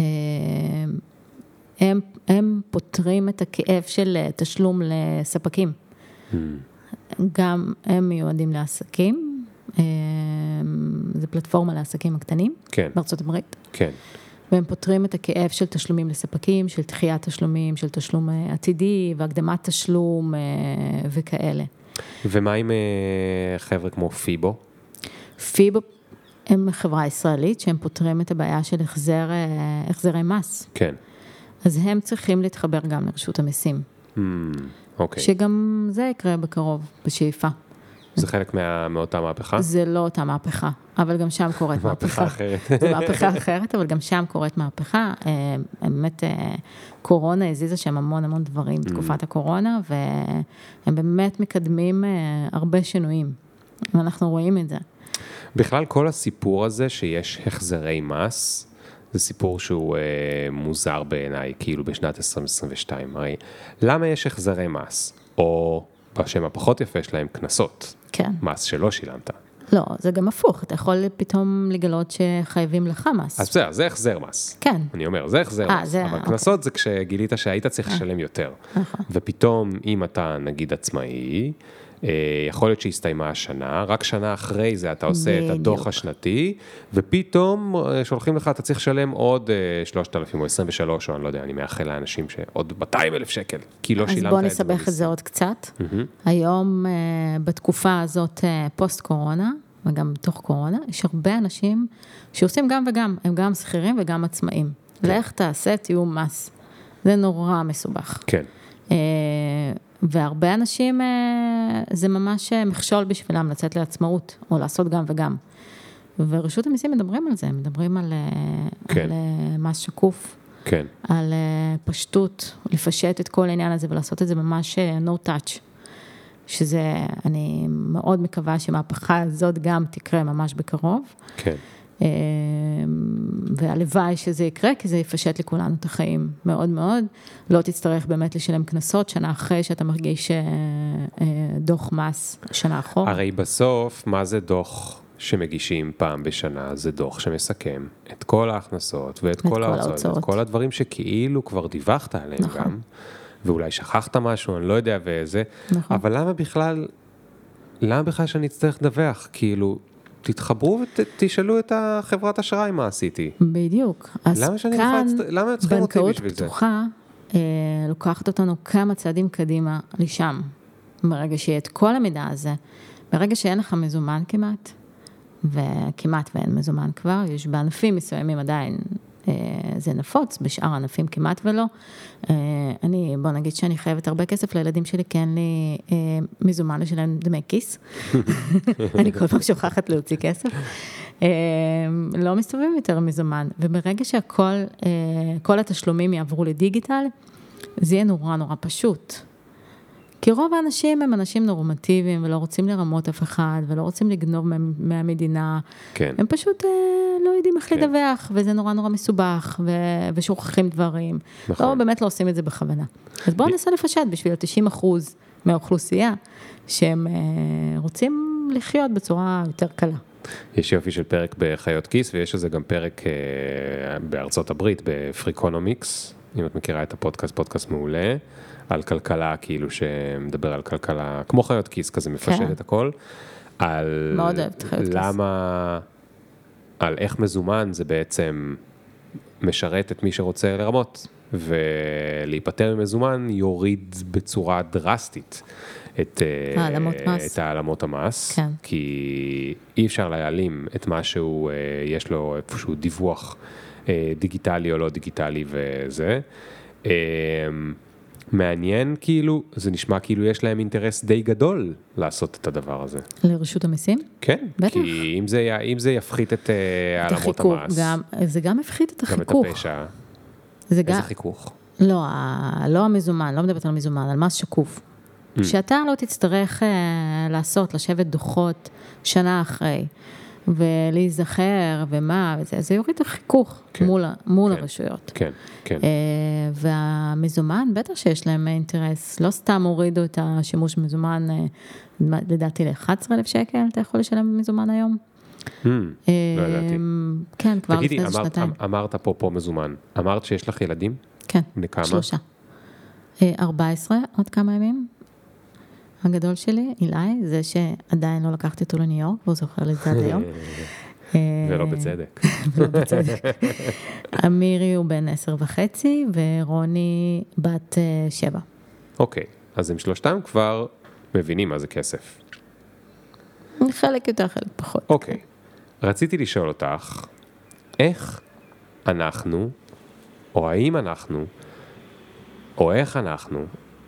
הם, הם פותרים את הכאב של תשלום לספקים. Hmm. גם הם מיועדים לעסקים. זה פלטפורמה לעסקים הקטנים, כן. בארצות הברית. כן. והם פותרים את הכאב של תשלומים לספקים, של דחיית תשלומים, של תשלום עתידי, והקדמת תשלום וכאלה. ומה עם חבר'ה כמו פיבו? פיבו הם חברה ישראלית, שהם פותרים את הבעיה של החזר, החזרי מס. כן. אז הם צריכים להתחבר גם לרשות המיסים. Mm, אוקיי. שגם זה יקרה בקרוב, בשאיפה. זה חלק מה, מאותה מהפכה? זה לא אותה מהפכה, אבל גם שם קורית מהפכה. מהפכה אחרת. זה מהפכה אחרת, אבל גם שם קורית מהפכה. באמת, קורונה הזיזה שם המון המון דברים בתקופת הקורונה, והם באמת מקדמים הרבה שינויים. ואנחנו רואים את זה. בכלל, כל הסיפור הזה שיש החזרי מס, זה סיפור שהוא אה, מוזר בעיניי, כאילו בשנת עשרים עשרים ושתיים. הרי, למה יש החזרי מס? או בשם הפחות יפה שלהם, כנסות. כן. מס שלא שילמת. לא, זה גם הפוך. אתה יכול פתאום לגלות שחייבים לך מס. אז בסדר, זה החזר מס. כן. אני אומר, זה החזר 아, מס. זה... אבל כנסות זה כשגילית שהיית צריך לשלם יותר. נכון. ופתאום, אם אתה נגיד עצמאי, יכול להיות שהסתיימה השנה, רק שנה אחרי זה אתה עושה את הדוח השנתי, ופתאום שולחים לך, אתה צריך לשלם עוד שלושת אלפים או עשרים ושלוש, או אני לא יודע, אני מאחל לאנשים שעוד מאתיים אלף שקל, כי לא שילמת את זה. אז בוא נסבך את זה עוד קצת. היום, בתקופה הזאת, פוסט קורונה, וגם בתוך קורונה, יש הרבה אנשים שעושים גם וגם, הם גם שכירים וגם עצמאים. לך תעשה תיאום מס. זה נורא מסובך. כן. והרבה אנשים, זה ממש מכשול בשבילם לצאת לעצמאות, או לעשות גם וגם. ורשות המיסים מדברים על זה, מדברים על, כן. על מס שקוף, כן. על פשטות, לפשט את כל העניין הזה, ולעשות את זה ממש no touch. שזה, אני מאוד מקווה שמהפכה הזאת גם תקרה ממש בקרוב. כן. והלוואי שזה יקרה, כי זה יפשט לכולנו את החיים מאוד מאוד. לא תצטרך באמת לשלם כנסות שנה אחרי שאתה מרגיש דוח מס שנה אחורה. הרי בסוף, מה זה דוח שמגישים פעם בשנה? זה דוח שמסכם את כל ההכנסות ואת כל ההוצאות, את כל הדברים שכאילו כבר דיווחת עליהם גם, ואולי שכחת משהו, אני לא יודע וזה, אבל למה בכלל, למה בכלל שאני אצטרך לדווח? כאילו, תתחברו ותשאלו את החברת אשראי מה עשיתי. בדיוק. אז כאן, בנקאות פתוחה, לוקחת אותנו כמה צעדים קדימה לשם. ברגע שיהיה את כל המידע הזה, ברגע שאין לך מזומן כמעט, וכמעט ואין מזומן כבר, יש בענפים מסוימים עדיין, זה נפוץ, בשאר הענפים כמעט ולא. אני, בוא נגיד שאני חייבת הרבה כסף לילדים שלי, כי אין לי מזומן לשלם דמי כיס. אני כל פעם שוכחת להוציא כסף. לא מסתובבים יותר מזומן, וברגע שהכל, כל התשלומים יעברו לדיגיטל, זה יהיה נורא נורא פשוט. כי רוב האנשים הם אנשים נורמטיביים, ולא רוצים לרמות אף אחד, ולא רוצים לגנוב מהמדינה. כן. הם פשוט לא יודעים איך כן. לדווח, וזה נורא נורא מסובך, ו... ושוכחים דברים. נכון. לא, באמת לא עושים את זה בכוונה. אז בואו ננסה לפשט בשביל תשעים אחוז מהאוכלוסייה, שהם רוצים לחיות בצורה יותר קלה. יש יופי של פרק בחיות כיס, ויש איזה גם פרק בארצות הברית, בפריקונומיקס, אם את מכירה את הפודקאסט, פודקאסט מעולה, על כלכלה, כאילו שמדבר על כלכלה, כמו חיות כיס, כזה מפשט את הכל, על מאוד אוהבת חיות כיס. למה, על איך מזומן זה בעצם משרת את מי שרוצה לרמות, ולהיפטר ממזומן יוריד בצורה דרסטית את העלמות המס, כן. כי אי אפשר להעלים את משהו, יש לו איפשהו דיווח דיגיטלי או לא דיגיטלי וזה. מעניין כאילו, זה נשמע כאילו יש להם אינטרס די גדול לעשות את הדבר הזה. לרשות המיסים? כן, בטח. כי אם זה, אם זה יפחית את העלמות המס. גם, זה גם הפחית את החיכוך. גם את הפשע. איזה גם... חיכוך? לא, לא המזומן, לא מדברת על מזומן, על מס שקוף. Mm. שאתה לא תצטרך uh, לעשות, לשבת דוחות שנה אחרי, ולהיזכר ומה, וזה, זה יוריד את החיכוך כן. מול, מול כן. הרשויות. כן, כן. Uh, והמזומן, בטח שיש להם אינטרס, לא סתם הורידו את השימוש במזומן, uh, לדעתי ל-אחד עשר אלף שקל, אתה יכול לשלם במזומן היום? Mm, uh, לא ידעתי. כן, כבר תגידי, לפני אמרת, שנתיים. אמרת פה פה מזומן, אמרת שיש לך ילדים? כן, לכמה? שלושה. ארבע עשרה, עוד כמה ימים. הגדול שלי, אילי, זה שעדיין לא לקחתי אותו לניו יורק, והוא זוכר לזה עד היום. ולא בצדק. בצדק. אמירי הוא בן עשר וחצי, ורוני בת שבע. אוקיי, אז הם שלושתם כבר מבינים מה זה כסף. חלק יותר, חלק פחות. אוקיי, רציתי לשאול אותך, איך אנחנו, או האם אנחנו, או איך אנחנו,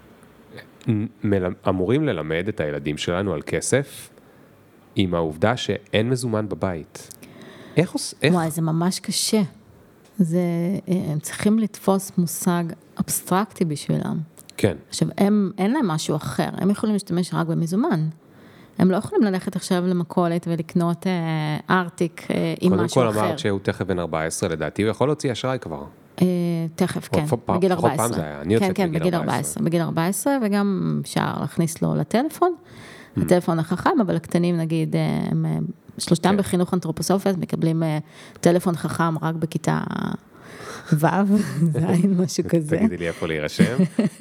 אמורים ללמד את הילדים שלנו על כסף, עם העובדה שאין מזומן בבית. איך עוש... וואי, זה ממש קשה. זה, הם צריכים לתפוס מושג אבסטרקטי בשבילם. כן. עכשיו, הם, אין להם משהו אחר. הם יכולים להשתמש רק במזומן. הם לא יכולים ללכת עכשיו למכולת ולקנות אה, ארטיק אה, עם משהו אחר. קודם כל אמרת שהוא תכף בן ארבע עשרה, לדעתי הוא יכול להוציא אשראי כבר. אה, תכף, כן, בגיל ארבע עשרה. פעם זה היה, אני יוצאת כן, כן, בגיל ארבע עשרה. בגיל ארבע עשרה, וגם אפשר להכניס לו לטלפון, הטלפון החכם, אבל הקטנים נגיד, הם שלושתם בחינוך אנתרופוסופיה, מקבלים טלפון חכם רק בכיתה ו', זה אין משהו כזה. תגידי לי איפה להירשם.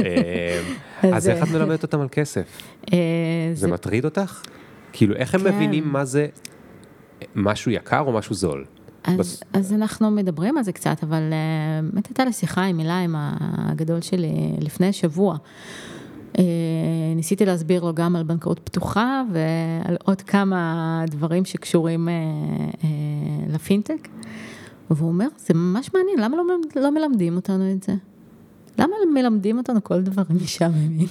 אז איך את מלמדת אותם על כסף? זה מטריד אותך? כאילו, איך הם מבינים מה זה משהו יקר או משהו זול? אז אנחנו מדברים על זה קצת, אבל באמת הייתה לי שיחה עם מילה, עם הגדול שלי לפני שבוע. ניסיתי להסביר לו גם על בנקאות פתוחה ועל עוד כמה דברים שקשורים לפינטק. והוא אומר, זה ממש מעניין, למה לא, לא מלמדים אותנו את זה? למה מלמדים אותנו כל דברים משעממים?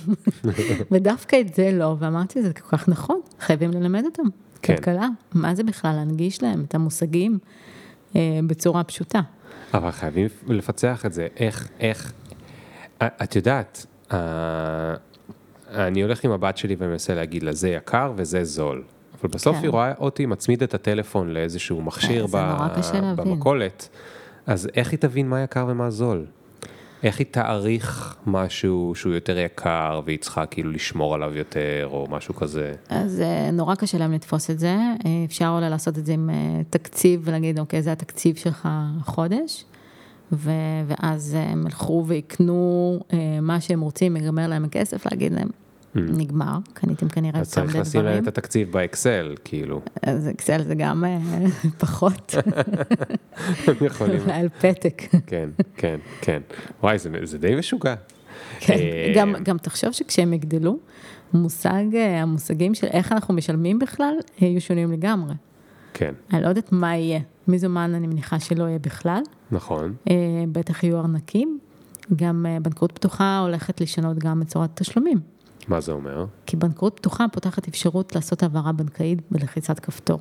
ודווקא את זה לא, ואמרתי, זה כל כך נכון, חייבים ללמד אותם. כן. כלכלה, מה זה בכלל? להנגיש להם את המושגים אה, בצורה פשוטה. אבל חייבים לפצח את זה. איך, איך, את יודעת, אה, אני הולך עם הבת שלי ומנסה להגיד לה, זה יקר וזה זול. אבל בסוף כן. היא רואה אותי מצמיד את הטלפון לאיזשהו מכשיר במכולת, אז איך היא תבין מה יקר ומה זול? איך היא תעריך משהו שהוא יותר יקר, והיא צריכה כאילו לשמור עליו יותר, או משהו כזה? אז נורא קשה להם לתפוס את זה, אפשר אולי לעשות את זה עם תקציב, ולהגיד, אוקיי, זה התקציב שלך חודש, ו- ואז הם הלכו ויקנו מה שהם רוצים, יגמר להם הכסף, להגיד להם, נגמר, קניתם כנראה אז צריך לשים להם את התקציב באקסל, כאילו. אז אקסל זה גם פחות. הם יכולים. על פתק. כן, כן, כן. וואי, זה די משוגע. כן, גם תחשוב שכשהם יגדלו, מושג, המושגים של איך אנחנו משלמים בכלל, יהיו שונים לגמרי. כן. אני לא יודעת מה יהיה. מזומן אני מניחה שלא יהיה בכלל. נכון. בטח יהיו ארנקים. גם בנקאות פתוחה הולכת לשנות גם בצורת תשלומים. מה זה אומר? כי בנקאות פתוחה פותחת אפשרות לעשות העברה בנקאית בלחיצת כפתור.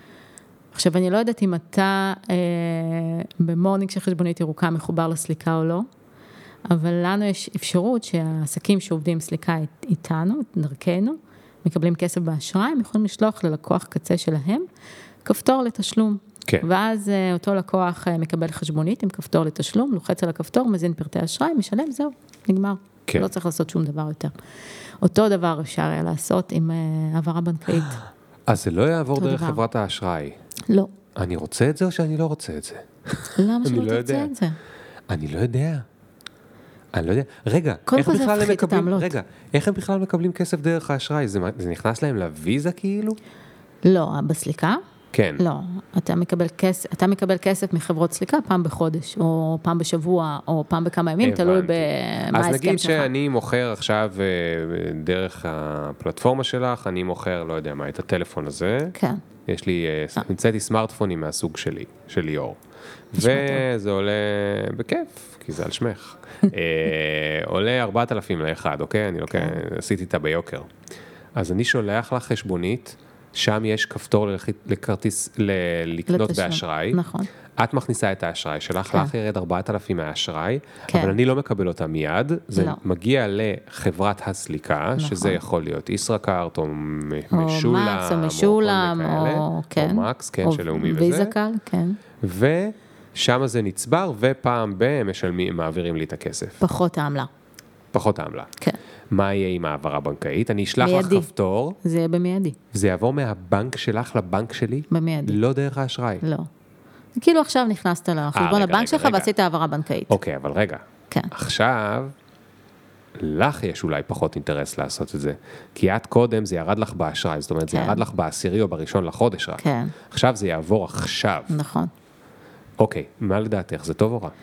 עכשיו, אני לא יודעת אם אתה אה, במורנינג של חשבונית ירוקה מחובר לסליקה או לא, אבל לנו יש אפשרות שהעסקים שעובדים סליקה איתנו, דרכנו, מקבלים כסף באשראי, הם יכולים לשלוח ללקוח קצה שלהם, כפתור לתשלום. כן. ואז אה, אותו לקוח אה, מקבל חשבונית עם כפתור לתשלום, לוחץ על הכפתור, מזין פרטי אשראי, משלם, זהו, נגמר. כן. לא צריך לעשות שום דבר יותר. אותו דבר אפשר היה לעשות עם העברה בנקאית. אז זה לא יעבור דרך דבר. חברת האשראי. לא. אני רוצה את זה או שאני לא רוצה את זה? למה שלא לא תרצה את זה? אני לא יודע. אני לא יודע. רגע, איך בכלל הם מקבלים, רגע, איך הם בכלל מקבלים כסף דרך האשראי? זה, זה נכנס להם לוויזה כאילו? לא, בסליקה? כן. לא, אתה מקבל כסף, אתה מקבל כסף מחברות סליקה פעם בחודש, או פעם בשבוע, או פעם בכמה ימים, תלוי במה ההסכם שלך. אז נגיד שאני מוכר עכשיו דרך הפלטפורמה שלך, אני מוכר, לא יודע מה, את הטלפון הזה. כן. יש לי, נמצאתי סמארטפונים מהסוג שלי, של ליאור. וזה עולה בכיף, כי זה על שמך. עולה ארבעת אלפים לאחד, אוקיי? אני לוקח, עשיתי איתה ביוקר. אז אני שולח לך חשבונית, שם יש כפתור לכרטיס, לקנות באשראי. נכון. את מכניסה את האשראי שלך, לך ירד ארבעת אלפים מהאשראי, אבל אני לא מקבל אותה מיד, זה מגיע לחברת הסליקה, שזה יכול להיות ישראכרט, או משולם, או משולם, או מקס, כן, של לאומי וזה. ויזקל, כן. ושם זה נצבר, ופעם בהם משלמים, מעבירים לי את הכסף. פחות העמלה. פחות העמלה. כן. מה יהיה עם העברה בנקאית? אני אשלח לך כפתור. זה יהיה במיידי. זה יעבור מהבנק שלך לבנק שלי? במיידי. לא דרך האשראי? לא. כאילו עכשיו נכנסת לחשבון הבנק שלך ועשית העברה בנקאית. אוקיי, אבל רגע. כן. עכשיו, לך יש אולי פחות אינטרס לעשות את זה. כי את קודם זה ירד לך באשראי, זאת אומרת, זה ירד לך בעשירי או בראשון לחודש רק. כן. עכשיו זה יעבור עכשיו. נכון. אוקיי, מה לדעתך? זה טוב או רע?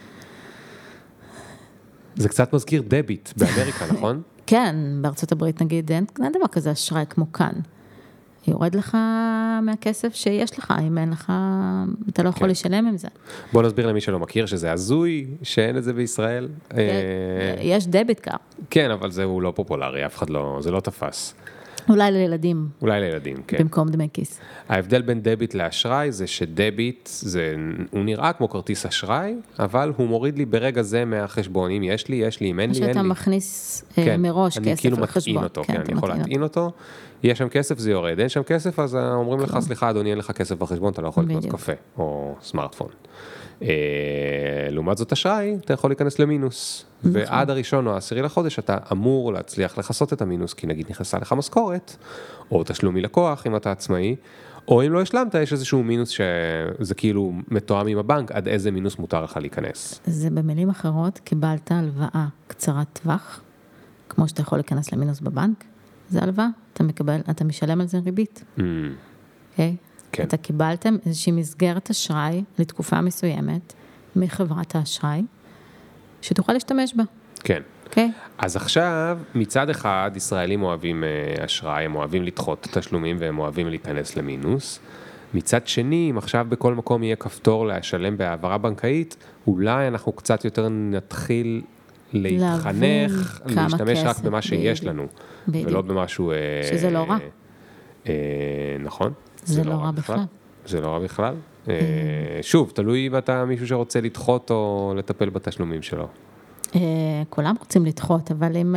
זה קצת מזכיר דביט באמריקה, נכון? כן, בארצות הברית נגיד, אין, אין דבר כזה אשראי כמו כאן. יורד לך מהכסף שיש לך, אם אין לך, אתה לא יכול כן. לשלם עם זה. בוא נסביר למי שלא מכיר, שזה הזוי, שאין את זה בישראל. יש דביט קארד. כן, אבל זהו לא פופולרי, אף אחד לא, זה לא תפס. אולי לילדים. אולי לילדים, כן. במקום דמי כיס. ההבדל בין דביט לאשראי זה שדביט, זה, הוא נראה כמו כרטיס אשראי, אבל הוא מוריד לי ברגע זה מהחשבון. אם יש לי, יש לי, אם אין לי, אין לי. שאתה מכניס כן, מראש כסף כאילו לחשבון. אותו, כן, כן, אני יכול להטעין אותו. יש שם כסף, זה יורד. אין שם כסף, אז אומרים לך, סליחה, אדוני, אין לך כסף בחשבון, אתה לא יכול לקנות קפה או סמארטפון. לעומת זאת אשראי, אתה יכול להיכנס למינוס. ועד הראשון או העשירי לחודש, אתה אמור להצליח לחסות את המינוס, כי נגיד נכנסה לך משכורת, או תשלום מלקוח, אם אתה עצמאי, או אם לא השלמת, יש איזשהו מינוס שזה כאילו מתואם עם הבנק, עד איזה מינוס מותר לך להיכנס. זה במילים אחרות, קיבלת הלוואה קצרת טווח, כמו שאתה יכול להיכנס למינוס בבנק, זה הלוואה, אתה מקבל, אתה משלם על זה ריבית. Mm. Okay? כן. אתה קיבלתם איזושהי מסגרת אשראי לתקופה מסוימת מחברת האשראי, שתוכל להשתמש בה. כן. Okay? אז עכשיו, מצד אחד, ישראלים אוהבים אשראי, הם אוהבים לדחות תשלומים והם אוהבים להיכנס למינוס. מצד שני, אם עכשיו בכל מקום יהיה כפתור להשלם בהעברה בנקאית, אולי אנחנו קצת יותר נתחיל להתחנך, להשתמש רק במה שיש לנו, ולא במשהו... שזה לא רע. נכון. זה לא רע בכלל. זה לא רע בכלל. שוב, תלוי אם אתה מישהו שרוצה לדחות או לטפל בתשלומים שלו. כולם רוצים לדחות, אבל אם...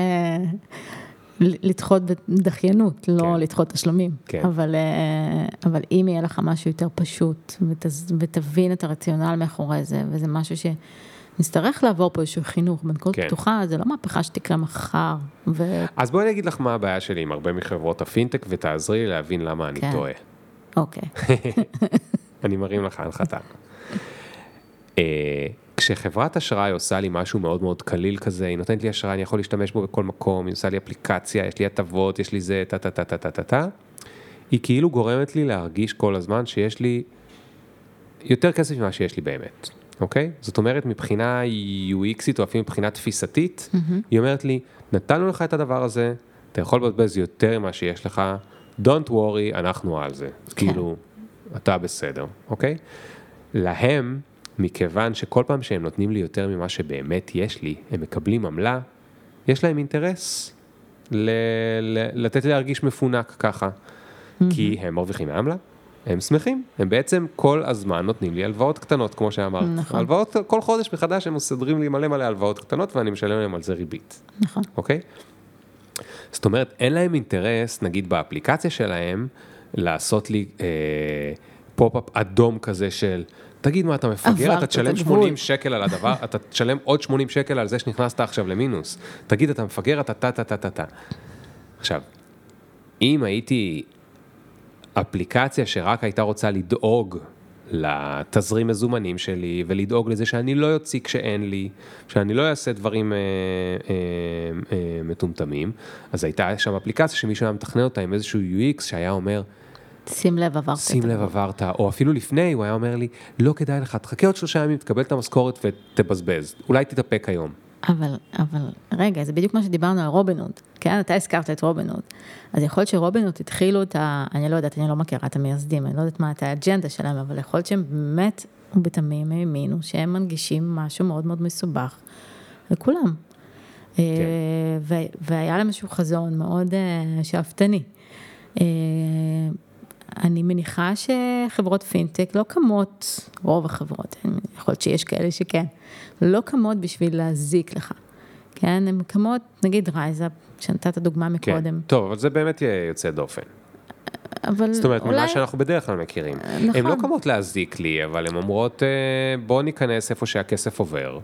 לדחות בדחיינות, לא לדחות תשלומים. אבל, אבל אם יהיה לך משהו יותר פשוט, ותבין את הרציונל מאחורי זה, וזה משהו שנצטרך לעבור פה איזשהו חינוך, בנקאות פתוחה, זה לא מהפכה שתקרה מחר. ו... אז בואי נגיד לך מה הבעיה שלי עם הרבה מחברות הפינטק, ותעזרי לי להבין למה אני טועה. אוקיי. אני מרים לך הנחתה. כשחברת אשראי עושה לי משהו מאוד מאוד קליל כזה, היא נותנת לי אשראי, אני יכול להשתמש בו בכל מקום, היא עושה לי אפליקציה, יש לי הטבות, יש לי זה, טה, טה, טה, טה, טה, טה, טה. היא כאילו גורמת לי להרגיש כל הזמן שיש לי יותר כסף ממה שיש לי באמת, אוקיי? זאת אומרת, מבחינה יו אקסית או אפילו מבחינה תפיסתית, mm-hmm. היא אומרת לי, נתנו לך את הדבר הזה, אתה יכול לבזבז יותר ממה שיש לך, don't worry, אנחנו על זה. כן. כאילו, אתה בסדר, אוקיי? להם, מכיוון שכל פעם שהם נותנים לי יותר ממה שבאמת יש לי, הם מקבלים עמלה, יש להם אינטרס ל- ל- לתת להרגיש מפונק ככה, mm-hmm. כי הם מרוויחים מעמלה, הם שמחים, הם בעצם כל הזמן נותנים לי הלוואות קטנות, כמו שאמרת. נכון. הלוואות, כל חודש מחדש הם מסדרים לי מלא מלא הלוואות קטנות, ואני משלם להם על זה ריבית. נכון. אוקיי? זאת אומרת, אין להם אינטרס, נגיד באפליקציה שלהם, לעשות לי אה, פופ-אפ אדום כזה של, תגיד מה, אתה מפגר, אתה תשלם שמונים שקל על הדבר, אתה תשלם עוד שמונים שקל על זה שנכנסת עכשיו למינוס. תגיד, אתה מפגר, אתה טה, טה, טה, טה, טה. עכשיו, אם הייתי אפליקציה שרק הייתה רוצה לדאוג לתזרים מזומנים שלי, ולדאוג לזה שאני לא יוציא כשאין לי, שאני לא אעשה דברים אה, אה, אה, מטומטמים, אז הייתה שם אפליקציה שמישהו היה מתכנן אותה עם איזשהו יו אקס שהיה אומר, שים לב עברת. שים לב עברת, או אפילו לפני הוא היה אומר לי, לא כדאי לך, תחכה עוד שלושה ימים, תקבל את המשכורת ותבזבז, אולי תתאפק היום. אבל, אבל, רגע, זה בדיוק מה שדיברנו על רובינהוד, כן? אתה הזכרת את רובינהוד. אז יכול להיות שרובינהוד התחילו את ה... אני לא יודעת, אני לא מכירה את המייסדים, אני לא יודעת מה את האג'נדה שלהם, אבל יכול להיות שהם באמת ובתמים האמינו שהם מנגישים משהו מאוד מאוד מסובך לכולם. כן. והיה להם איזשהו חזון מאוד שאפתני. אני מניחה שחברות פינטק לא קמות, רוב החברות, יכול להיות שיש כאלה שכן, לא קמות בשביל להזיק לך. כן, הן קמות, נגיד רייזאפ, שנתת הדוגמה מקודם. כן, טוב, אבל זה באמת יוצא דופן. אבל זאת אומרת, אולי... ממה שאנחנו בדרך כלל מכירים. נכון. הן לא קמות להזיק לי, אבל הן אומרות, בוא ניכנס איפה שהכסף עובר,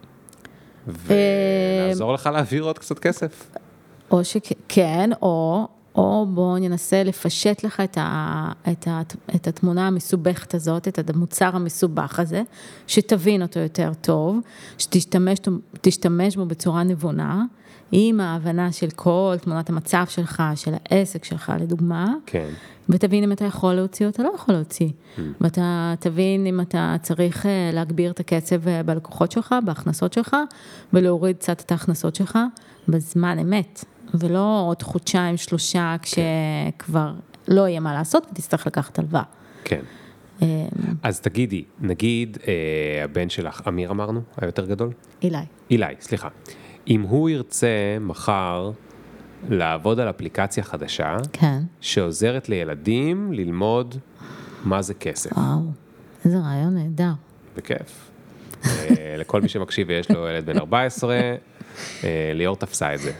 ונעזור לך להעביר עוד קצת כסף. או שכן, או... או בואו ננסה לפשט לך את, ה, את, ה, את התמונה המסובכת הזאת, את המוצר המסובך הזה, שתבין אותו יותר טוב, שתשתמש תשתמש בו בצורה נבונה, עם ההבנה של כל תמונת המצב שלך, של העסק שלך, לדוגמה, כן. ותבין אם אתה יכול להוציא או אתה לא יכול להוציא. Mm. ואתה תבין אם אתה צריך להגביר את הקצב בלקוחות שלך, בהכנסות שלך, ולהוריד קצת את ההכנסות שלך בזמן אמת, ולא עוד חודשיים, שלושה, כשכבר לא יהיה מה לעשות, ותצטרך לקחת הלוואה. כן. אז תגידי, נגיד הבן שלך, אמיר אמרנו, היותר גדול? אילי. אילי, סליחה. אם הוא ירצה מחר לעבוד על אפליקציה חדשה, כן. שעוזרת לילדים ללמוד מה זה כסף. וואו, איזה רעיון נהדר. בכיף. לכל מי שמקשיב ויש לו ילד בן ארבע עשרה, ליאור תפסה את זה.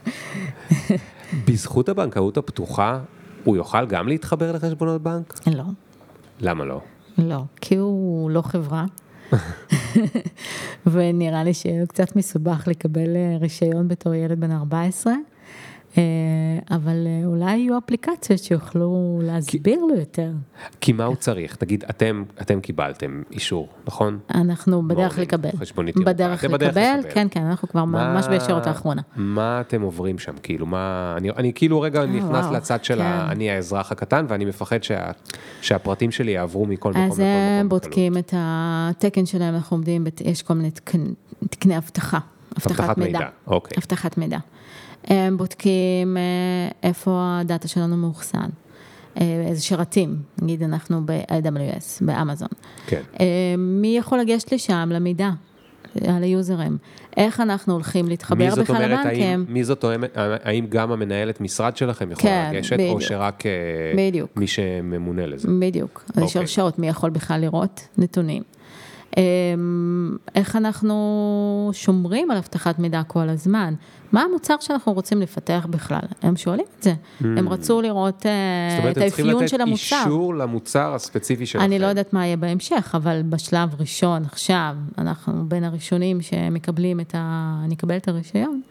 בזכות הבנקאות הפתוחה, הוא יוכל גם להתחבר לחשבונות בנק? לא. למה לא? לא, כי הוא לא חברה, ונראה לי שהוא קצת מסובך לקבל רישיון בתור ילד בן ארבע עשרה, אבל אולי יהיו אפליקציות שיוכלו להסביר לו יותר. כי מה הוא צריך? תגיד, אתם, אתם קיבלתם אישור, נכון? אנחנו בדרך לקבל. חשבונית ירוקה. בדרך לקבל, כן, כן, אנחנו כבר ממש בישורת האחרונה. מה אתם עוברים שם? כאילו, מה, אני, אני כאילו רגע נכנס לצד של אני האזרח הקטן, ואני מפחד שה, שהפרטים שלי יעברו מכל מקום לכל מקום. אז הם בודקים את התקן שלהם, אנחנו עומדים, יש כל מיני תקני הבטחה, הבטחת מידע. אוקיי. הבטחת מידע. הם בודקים איפה הדאטה שלנו מאוחסן, איזה שרתים, נגיד אנחנו ב-איי דאבליו אס, באמזון. כן. מי יכול לגשת לשם למידע, על היוזרים? איך אנחנו הולכים להתחבר בכלל לבנקים? מי זאת אומרת, האם גם המנהלת משרד שלכם יכולה לגשת, או שרק מי שממונה לזה? בדיוק. יש הרשאות, מי יכול בכלל לראות נתונים. איך אנחנו שומרים על הבטחת מידע כל הזמן? מה המוצר שאנחנו רוצים לפתח בכלל? הם שואלים את זה. הם רצו לראות את האפיון של המוצר. זאת אומרת, הם צריכים לתת אישור למוצר הספציפי שלכם. אני לא יודעת מה יהיה בהמשך, אבל בשלב ראשון, עכשיו, אנחנו בין הראשונים שמקבלים את ה... אני אקבל את הרישיון.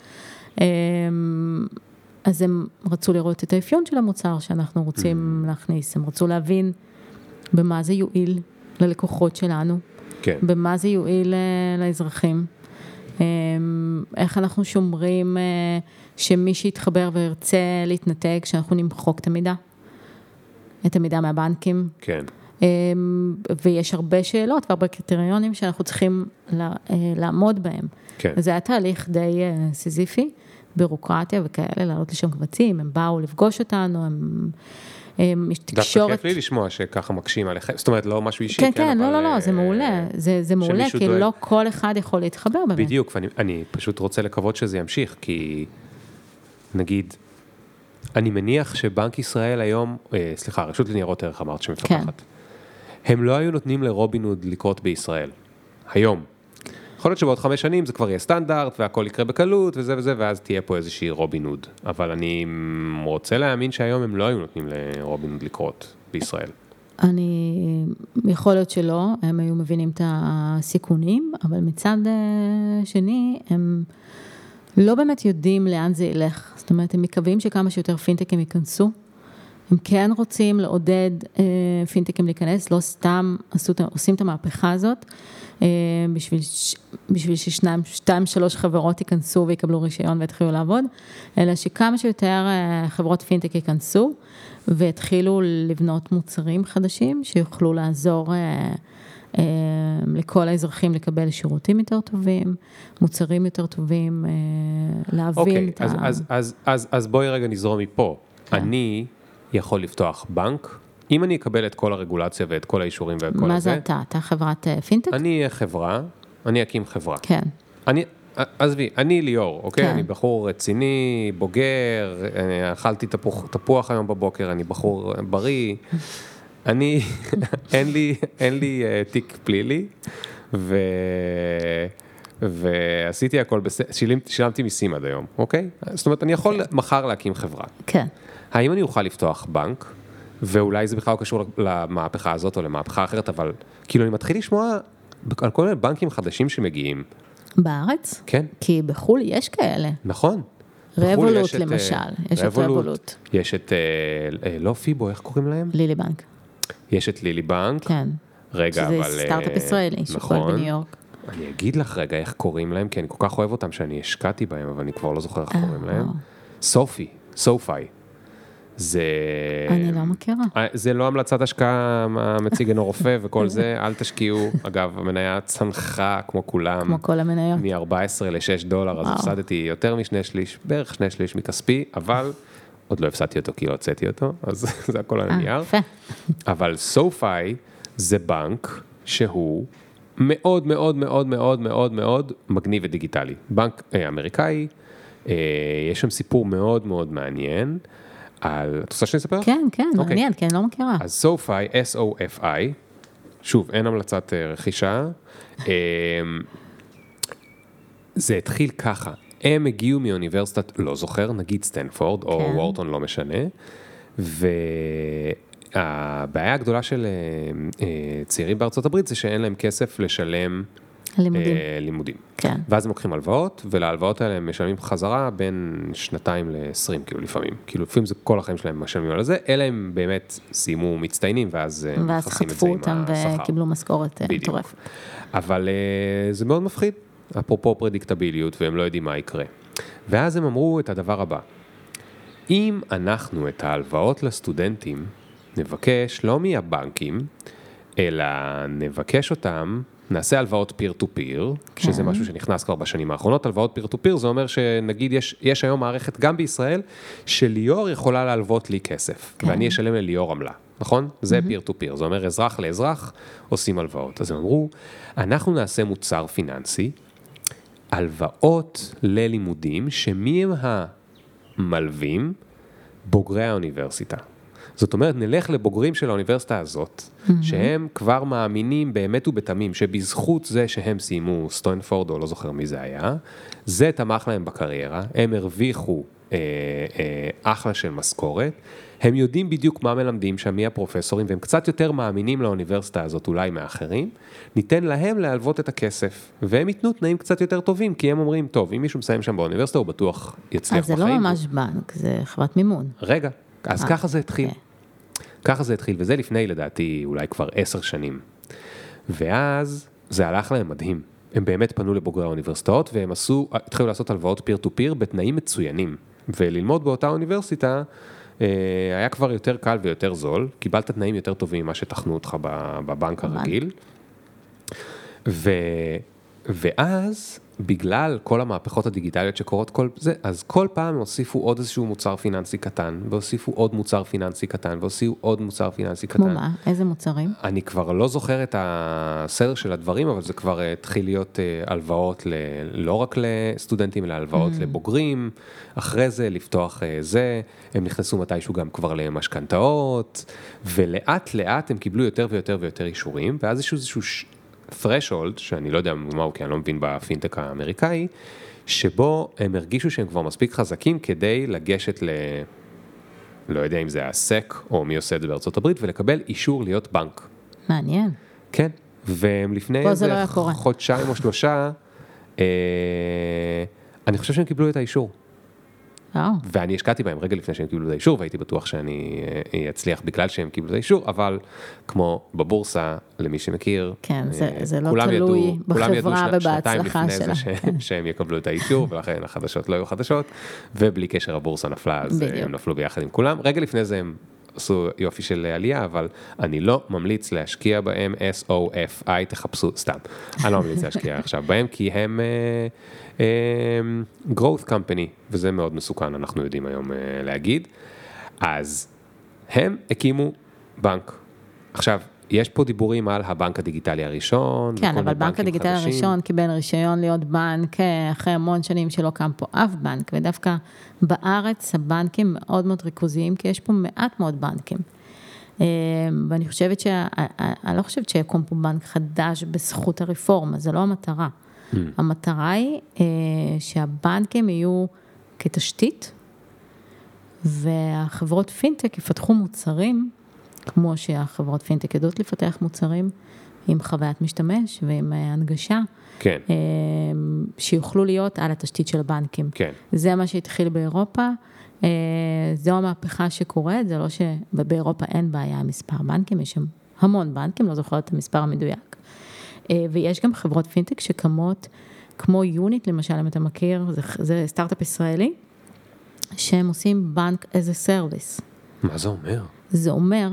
אז הם רצו לראות את האפיון של המוצר שאנחנו רוצים להכניס. הם רצו להבין במה זה יועיל ללקוחות שלנו. כן. במה זה יועיל לאזרחים, איך אנחנו שומרים שמי שיתחבר וירצה להתנתק, שאנחנו נמחוק את המידע, את המידע מהבנקים. כן. ויש הרבה שאלות והרבה קריטריונים שאנחנו צריכים לעמוד בהם. כן. וזה היה תהליך די סיזיפי, בירוקרטיה וכאלה, לעלות לשם קבצים, הם באו לפגוש אותנו, הם... דווקא כיף לי לשמוע שככה מקשים עליכם, זאת אומרת לא משהו אישי, כן, כן, לא, לא, לא, זה מעולה, זה מעולה, כי לא כל אחד יכול להתחבר באמת. בדיוק, ואני פשוט רוצה לקוות שזה ימשיך, כי נגיד, אני מניח שבנק ישראל היום, סליחה, רשות לניירות ערך אמרת שמפתחת, הם לא היו נותנים לרובינהוד לקרות בישראל, היום. יכול להיות שבעוד חמש שנים זה כבר יהיה סטנדרט, והכל יקרה בקלות, וזה וזה, ואז תהיה פה איזושהי רובינהוד. אבל אני רוצה להאמין שהיום הם לא היו נותנים לרובינהוד לקרות בישראל. אני, יכול להיות שלא, הם היו מבינים את הסיכונים, אבל מצד שני, הם לא באמת יודעים לאן זה ילך. זאת אומרת, הם מקווים שכמה שיותר פינטקים ייכנסו. הם כן רוצים לעודד פינטקים להיכנס, לא סתם עושים את המהפכה הזאת, בשביל, בשביל ששניים, שתיים, שלוש חברות ייכנסו ויקבלו רישיון והתחילו לעבוד, אלא שכמה שיותר חברות פינטק ייכנסו, והתחילו לבנות מוצרים חדשים, שיוכלו לעזור לכל האזרחים לקבל שירותים יותר טובים, מוצרים יותר טובים, להבין את ה... אוקיי, אז, אז, אז, אז בואי רגע נזרום מפה. אני יכול לפתוח בנק, אם אני אקבל את כל הרגולציה ואת כל האישורים ואת כל הזה... מה זה אתה? אתה חברת פינטק? אני אהיה חברה, אני אקים חברה. כן. אני, עזבי, אני ליאור, אוקיי? כן. אני בחור רציני, בוגר, אכלתי תפוח, תפוח היום בבוקר, אני בחור בריא, אני, אין לי, אין לי uh, תיק פלילי, ו... ועשיתי הכל בסדר, שילמתי מיסים עד היום, אוקיי? זאת אומרת, אני יכול כן. מחר להקים חברה. כן. האם אני אוכל לפתוח בנק, ואולי זה בכלל קשור למהפכה הזאת או למהפכה אחרת, אבל כאילו אני מתחיל לשמוע על כל מיני בנקים חדשים שמגיעים. בארץ? כן. כי בחול יש כאלה. נכון. רבולוט למשל, יש את רבולוט. יש את, לא פיבו, איך קוראים להם? לילי בנק. יש את לילי בנק. כן. רגע, אבל... שזה סטארט-אפ ישראלי, שפועל בניו יורק. אני אגיד לך רגע איך קוראים להם, כי אני כל כך אוהב אותם שאני השקעתי בהם, אבל אני כבר לא זוכר איך קוראים להם. סופי, סופי. זה... אני לא מכירה. זה לא המלצת השקעה, המציג אינו רופא וכל זה, אל תשקיעו. אגב, המניה צנחה כמו כולם. כמו כל המניות. מ-ארבע עשרה ל-שש דולר, אז הפסדתי יותר משני שליש, בערך שני שליש מכספי, אבל עוד לא הפסדתי אותו כי לא הוצאתי אותו, אז זה הכל על הנייר. אבל סופי זה בנק שהוא מאוד מאוד מאוד מאוד מאוד מאוד מגניב ודיגיטלי. בנק אמריקאי, יש שם סיפור מאוד מאוד מעניין, על... את רוצה שאני אספר? כן, כן, מעניין, כן, לא מכירה. אז סופי, אס או אף איי, שוב, אין המלצת רכישה, זה התחיל ככה, הם הגיעו מאוניברסיטת, לא זוכר, נגיד סטנפורד, או וורטון, לא משנה, והבעיה הגדולה של צעירים בארצות הברית, זה שאין להם כסף לשלם לימודים. לימודים. כן. ואז הם לוקחים הלוואות, ולהלוואות האלה הם משלמים חזרה בין שנתיים לעשרים, כאילו לפעמים. כאילו לפעמים זה כל החיים שלהם משלמים על זה, אלא הם באמת סיימו מצטיינים, ואז מכסים את זה עם השכר. ואז חטפו אותם וקיבלו משכורת מטורפת. אבל זה מאוד מפחיד, אפרופו פרדיקטביליות, והם לא יודעים מה יקרה. ואז הם אמרו את הדבר הבא, אם אנחנו את ההלוואות לסטודנטים נבקש לא מהבנקים, אלא נבקש אותם, נעשה הלוואות פיר טו פיר, שזה משהו שנכנס כבר בשנים האחרונות, הלוואות פיר טו פיר, זה אומר שנגיד יש, יש היום מערכת גם בישראל, שליאור יכולה להלוות לי כסף, ואני אשלם לליאור עמלה, נכון? זה פיר טו פיר, זה אומר אזרח לאזרח עושים הלוואות. אז הם אמרו, אנחנו נעשה מוצר פיננסי, הלוואות ללימודים, שמי הם המלווים? בוגרי האוניברסיטה. זאת אומרת, נלך לבוגרים של האוניברסיטה הזאת, mm-hmm. שהם כבר מאמינים באמת ובתמים, שבזכות זה שהם סיימו סטנפורד, או לא זוכר מי זה היה, זה תמך להם בקריירה, הם הרוויחו אה, אה, אחלה של משכורת, הם יודעים בדיוק מה מלמדים שם, מי הפרופסורים, והם קצת יותר מאמינים לאוניברסיטה הזאת, אולי מאחרים, ניתן להם להלוות את הכסף, והם ייתנו תנאים קצת יותר טובים, כי הם אומרים, טוב, אם מישהו מסיים שם באוניברסיטה, הוא בטוח יצליח בחיים. אז זה לא ממש בנק, זה חברת מימון. רגע, אז ככה זה התחיל. ככה זה התחיל, וזה לפני, לדעתי, אולי כבר עשר שנים. ואז זה הלך להם מדהים. הם באמת פנו לבוגרי האוניברסיטאות, והם עשו, התחילו לעשות הלוואות פיר טו פיר בתנאים מצוינים. וללמוד באותה אוניברסיטה, היה כבר יותר קל ויותר זול, קיבלת תנאים יותר טובים ממה שתכנו אותך בבנק הרגיל. ו... ואז, בגלל כל המהפכות הדיגיטליות שקורות כל זה, אז כל פעם הוסיפו עוד איזשהו מוצר פיננסי קטן, והוסיפו עוד מוצר פיננסי קטן, והוסיפו עוד מוצר פיננסי קטן. כמו מה? איזה מוצרים? אני כבר לא זוכר את הסדר של הדברים, אבל זה כבר התחיל להיות הלוואות ל... לא רק לסטודנטים, אלא הלוואות mm. לבוגרים, אחרי זה לפתוח זה, הם נכנסו מתישהו גם כבר למשכנתאות, ולאט לאט הם קיבלו יותר ויותר ויותר אישורים, ואז יש איזשהו threshold, שאני לא יודע מהו, כי אני לא מבין בפינטק האמריקאי, שבו הם הרגישו שהם כבר מספיק חזקים כדי לגשת ל... לא יודע אם זה הסק, או מי עושה את זה בארצות הברית, ולקבל אישור להיות בנק. מעניין. כן, והם לפני איזה לא חודשיים או שלושה, אה, אני חושב שהם קיבלו את האישור. ואני השקעתי בהם רגע לפני שהם קיבלו את האישור, והייתי בטוח שאני אצליח בגלל שהם קיבלו את האישור, אבל כמו בבורסה, למי שמכיר, כן, זה, זה לא תלוי בחברה ובהצלחה שלה. שהם יקבלו את האישור, ולכן החדשות לא היו חדשות, ובלי קשר הבורסה נפלה, אז הם נפלו ביחד עם כולם. רגע לפני זה הם עשו יופי של עלייה, אבל אני לא ממליץ להשקיע בהם, אס או אף איי, תחפשו, סתם. אני לא ממליץ להשקיע עכשיו בהם, כי הם growth company, וזה מאוד מסוכן, אנחנו יודעים היום להגיד. אז הם הקימו בנק. עכשיו, יש פה דיבורים על הבנק הדיגיטלי הראשון. כן, אבל בנק הדיגיטלי הראשון קיבל רישיון להיות בנק אחרי המון שנים שלא קם פה אף בנק, ודווקא בארץ הבנקים מאוד מאוד ריכוזיים, כי יש פה מעט מאוד בנקים. ואני חושבת שה... אני לא חושבת שיקום פה בנק חדש בזכות הרפורמה, זה לא המטרה. המטרה היא שהבנקים יהיו כתשתית, והחברות פינטק יפתחו מוצרים, כמו שהחברות פינטק יודעות לפתח מוצרים, עם חוויית משתמש ועם הנגשה, כן. שיוכלו להיות על התשתית של הבנקים. כן. זה מה שהתחיל באירופה, זו המהפכה שקורית, זה לא שבאירופה אין בעיה מספר בנקים, יש שם המון בנקים, לא זוכרת את המספר המדויק, ויש גם חברות פינטק שקמות, כמו יוניט למשל, אם אתה מכיר, זה, זה סטארט-אפ ישראלי, שהם עושים בנק as a service. מה זה אומר? זה אומר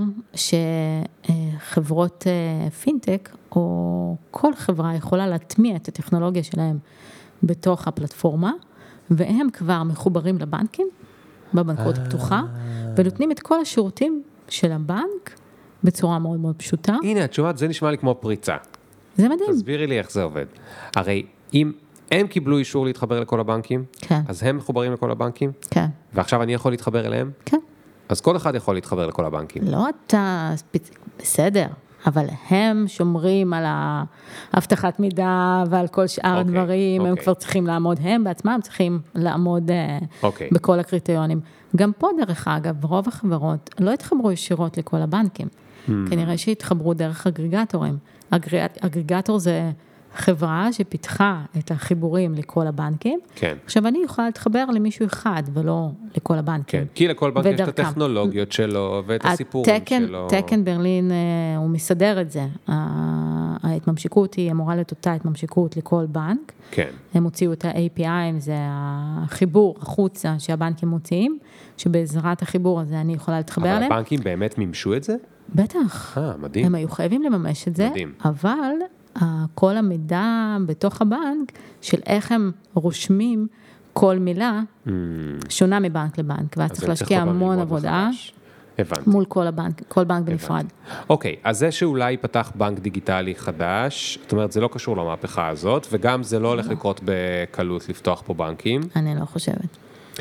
שחברות פינטק, או כל חברה יכולה להטמיע את הטכנולוגיה שלהם בתוך הפלטפורמה, והם כבר מחוברים לבנקים, בבנקאות פתוחה, ונותנים את כל השירותים של הבנק, בצורה מאוד מאוד פשוטה. הנה, התשובה, זה נשמע לי כמו פריצה. זה מדהים. תסבירי לי איך זה עובד. הרי אם הם קיבלו אישור להתחבר לכל הבנקים, כן. אז הם מחוברים לכל הבנקים, כן. ועכשיו אני יכול להתחבר אליהם? כן. אז כל אחד יכול להתחבר לכל הבנקים. לא אתה, בסדר, אבל הם שומרים על ההבטחת מידע ועל כל שאר אוקיי, הדברים, הם אוקיי. כבר צריכים לעמוד, הם בעצמם צריכים לעמוד אוקיי. בכל הקריטריונים. גם פה דרך אגב, רוב החברות לא התחברו ישירות לכל הבנקים, כנראה שהתחברו דרך אגריגטורים. אגריגטור זה חברה שפיתחה את החיבורים לכל הבנקים. כן. עכשיו אני יכולה להתחבר למישהו אחד ולא לכל הבנקים. כן, כי לכל בנק יש את ודרכם. הטכנולוגיות שלו ואת הסיפורים התקן, שלו. תקן ברלין, הוא מסדר את זה. ההתממשקות היא אמורה להיות אותה התממשקות לכל בנק. כן. הם הוציאו את ה-איי פי איי, זה החיבור החוצה שהבנקים מוציאים, שבעזרת החיבור הזה אני יכולה להתחבר אבל אליהם. הבנקים באמת מימשו את זה? בטח. אה, מדהים. הם היו חייבים לממש את זה, מדהים. אבל כל המידע בתוך הבנק, של איך הם רושמים כל מילה, שונה מבנק לבנק, ואז צריך להשקיע המון עבודה, הבנתי. מול כל הבנק, כל בנק בנפרד. אוקיי, אז זה שאולי ייפתח בנק דיגיטלי חדש, זאת אומרת, זה לא קשור למהפכה הזאת, וגם זה לא הולך לקרות בקלות לפתוח פה בנקים. אני לא חושבת.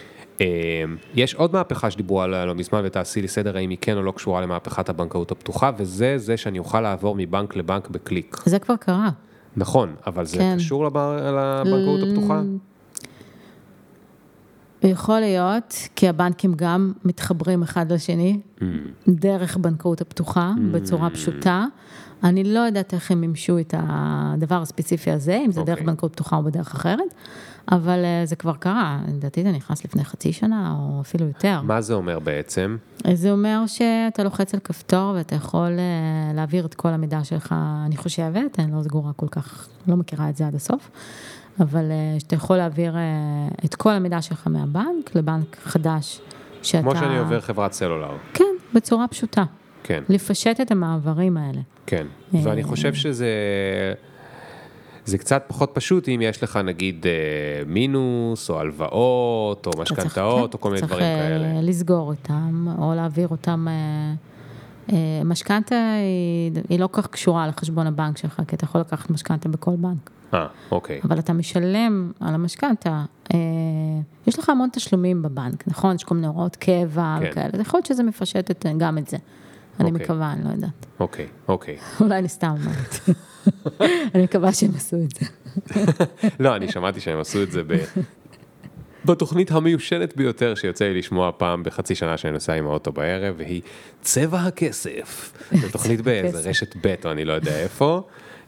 יש עוד מהפכה שדיברו עליה לא מזמן, ותעשי לי סדר האם היא כן או לא קשורה למהפכת הבנקאות הפתוחה, וזה זה שאני אוכל לעבור מבנק לבנק בקליק. זה כבר קרה. נכון, אבל זה כן. קשור לבנקאות הפתוחה? יכול להיות, כי הבנקים גם מתחברים אחד לשני, דרך בנקאות הפתוחה, בצורה פשוטה. אני לא יודעת איך הם ימשו את הדבר הספציפי הזה, אם זה דרך בנקאות פתוחה או בדרך אחרת, אבל זה כבר קרה. לדעתי זה נכנס לפני חצי שנה, או אפילו יותר. מה זה אומר בעצם? זה אומר שאתה לוחץ על כפתור, ואתה יכול להעביר את כל המידע שלך, אני חושבת, אני לא סגורה כל כך, לא מכירה את זה עד הסוף, אבל שאתה יכול להעביר את כל המידע שלך מהבנק, לבנק חדש, שאתה... כמו שאני עובר חברת סלולר. כן, בצורה פשוטה. כן. לפשט את המעברים האלה. כן, ואני חושב שזה... זה קצת פחות פשוט אם יש לך נגיד מינוס, או הלוואות, או משכנתאות, או כל מיני דברים כאלה. צריך לסגור אותם, או להעביר אותם... משכנתה היא לא כך קשורה לחשבון הבנק שלך, כי אתה יכול לקחת משכנתה בכל בנק. אה, אוקיי. אבל אתה משלם על המשכנתה, יש לך המון תשלומים בבנק, נכון? יש כל מיני הוראות קבע וכאלה, זה יכול להיות שזה מפשט גם את זה. אני מקווה, אני לא יודעת. אוקיי, אוקיי. אולי אני סתם אומרת. אני מקווה שהם עשו את זה. לא, אני שמעתי שהם עשו את זה בתוכנית המיושנת ביותר שיוצא לי לשמוע פעם בחצי שנה שאני נוסע עם האוטו בערב, והיא צבע הכסף. זו תוכנית באיזה רשת ב' או אני לא יודע איפה,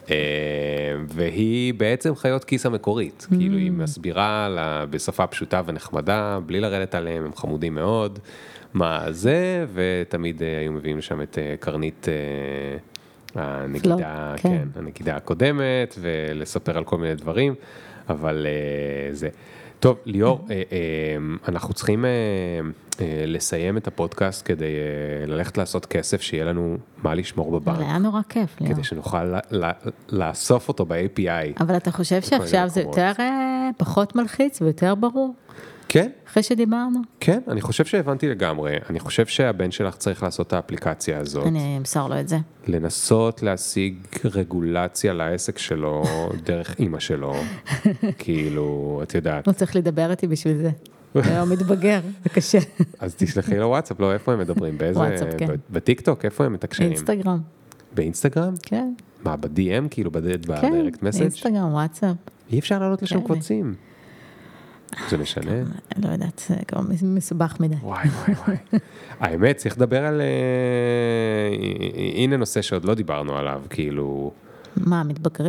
והיא בעצם חיות כיס המקורית, כאילו היא מסבירה בשפה פשוטה ונחמדה, בלי לרדת עליהם, הם חמודים מאוד, מה זה, ותמיד היו מביאים לשם את קרנית הנגידה, כן, הנגידה הקודמת, ולספר על כל מיני דברים, אבל זה... טוב, ליאור, אנחנו צריכים לסיים את הפודקאסט כדי ללכת לעשות כסף, שיהיה לנו מה לשמור בבנק. זה היה נורא כיף, ליאור. כדי שנוכל לאסוף אותו ב-איי פי איי. אבל אתה חושב שעכשיו זה יותר פחות מלחיץ ויותר ברור? כן. אחרי שדיברנו? כן, אני חושב שהבנתי לגמרי. אני חושב שהבן שלך צריך לעשות את האפליקציה הזאת. אני אמסור לו את זה. לנסות להשיג רגולציה לעסק שלו דרך אמא שלו. כאילו, את יודעת. הוא צריך לדבר איתי בשביל זה. הוא מתבגר, זה קשה. אז תשלחי לו וואטסאפ, לא, איפה הם מדברים? באיזה... וואטסאפ, כן. בטיקטוק, איפה הם מתקשרים? באינסטגרם. באינסטגרם? כן. מה, ב-די אם, כאילו, בדירקט מסאג'? כן, אינסטגרם, וואטסאפ. אי אפשר לעלות לשם קבצים. זה משנה? לא יודעת, זה כבר מסובך מדי. וואי, וואי, וואי. האמת, צריך לדבר על... הנה נושא שעוד לא דיברנו עליו, כאילו... מה, מתבגרים?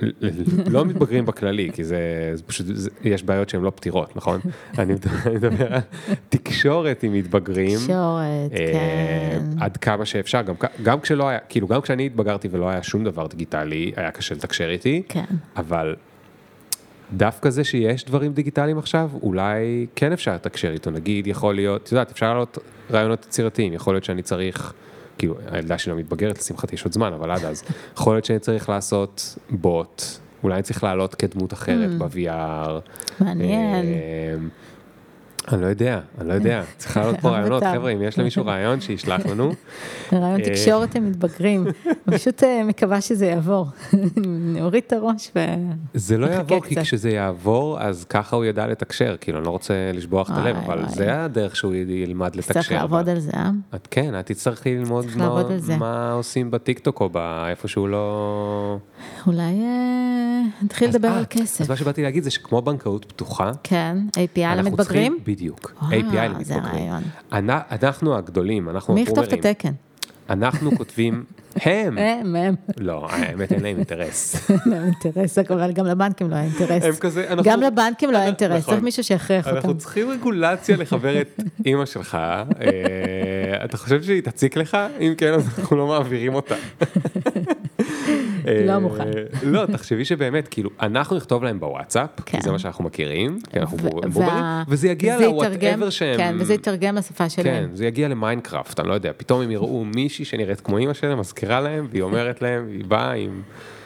לא מתבגרים בכללי, כי זה פשוט, יש בעיות שהן לא פתירות, נכון? אני מדבר על תקשורת עם מתבגרים. תקשורת, כן. עד כמה שאפשר, גם כשלא היה, כאילו גם כשאני התבגרתי ולא היה שום דבר דיגיטלי, היה קשה לתקשר איתי, אבל דווקא זה שיש דברים דיגיטליים עכשיו, אולי כן אפשר לתקשר איתו, נגיד, יכול להיות, את יודעת, אפשר לעלות רעיונות יצירתיים, יכול להיות שאני צריך, כאילו, הילדה שלי לא מתבגרת, לשמחתי יש עוד זמן, אבל עד אז, יכול להיות שאני צריך לעשות בוט, אולי אני צריך לעלות כדמות אחרת ב-וי אר. מעניין. אני לא יודע, אני לא יודע, צריך לעלות פה רעיונות, חבר'ה, אם יש למישהו רעיון שישלח לנו. רעיון תקשורת הם מתבגרים, פשוט מקווה שזה יעבור, נוריד את הראש ו... זה לא יעבור, כי כשזה יעבור, אז ככה הוא ידע לתקשר, כאילו, אני לא רוצה לשבוח את הלב, אבל זה הדרך שהוא ילמד לתקשר. צריך לעבוד על זה, אה? את כן, את תצטרכי ללמוד מה עושים בטיקטוק, או באיפה שהוא לא... אולי נתחיל לדבר על כסף. אז מה שבאתי להגיד זה שכמו בנקאות פתוחה, כן, איי פי איי למתבגרים? בדיוק, איי פי איי למתבגרים. אנחנו הגדולים, אנחנו מי יכתוב את התקן? אנחנו כותבים הם. הם, הם. לא, האמת אין להם אינטרס. אין להם אינטרס, אבל גם לבנקים לא היה אינטרס. כזה, גם לבנקים לא היה אינטרס, צריך מישהו שיכריח אותם. אנחנו צריכים רגולציה לחבר את אמא שלך. אתה חושב שהיא תציק לך? אם כן, אז אנחנו לא מעבירים אותה. לא מוכן. לא, תחשבי שבאמת, כאילו, אנחנו נכתוב להם בוואטסאפ, כי זה מה שאנחנו מכירים, כי אנחנו בוברים, וזה יגיע ל-whatever שהם... כן, וזה יתרגם לשפה שלהם. כן, זה יגיע למיינקראפט, אני לא יודע, פתאום הם יראו מישהי שנראית כמו אמא שלהם, מזכירה להם, והיא אומרת להם, והיא באה עם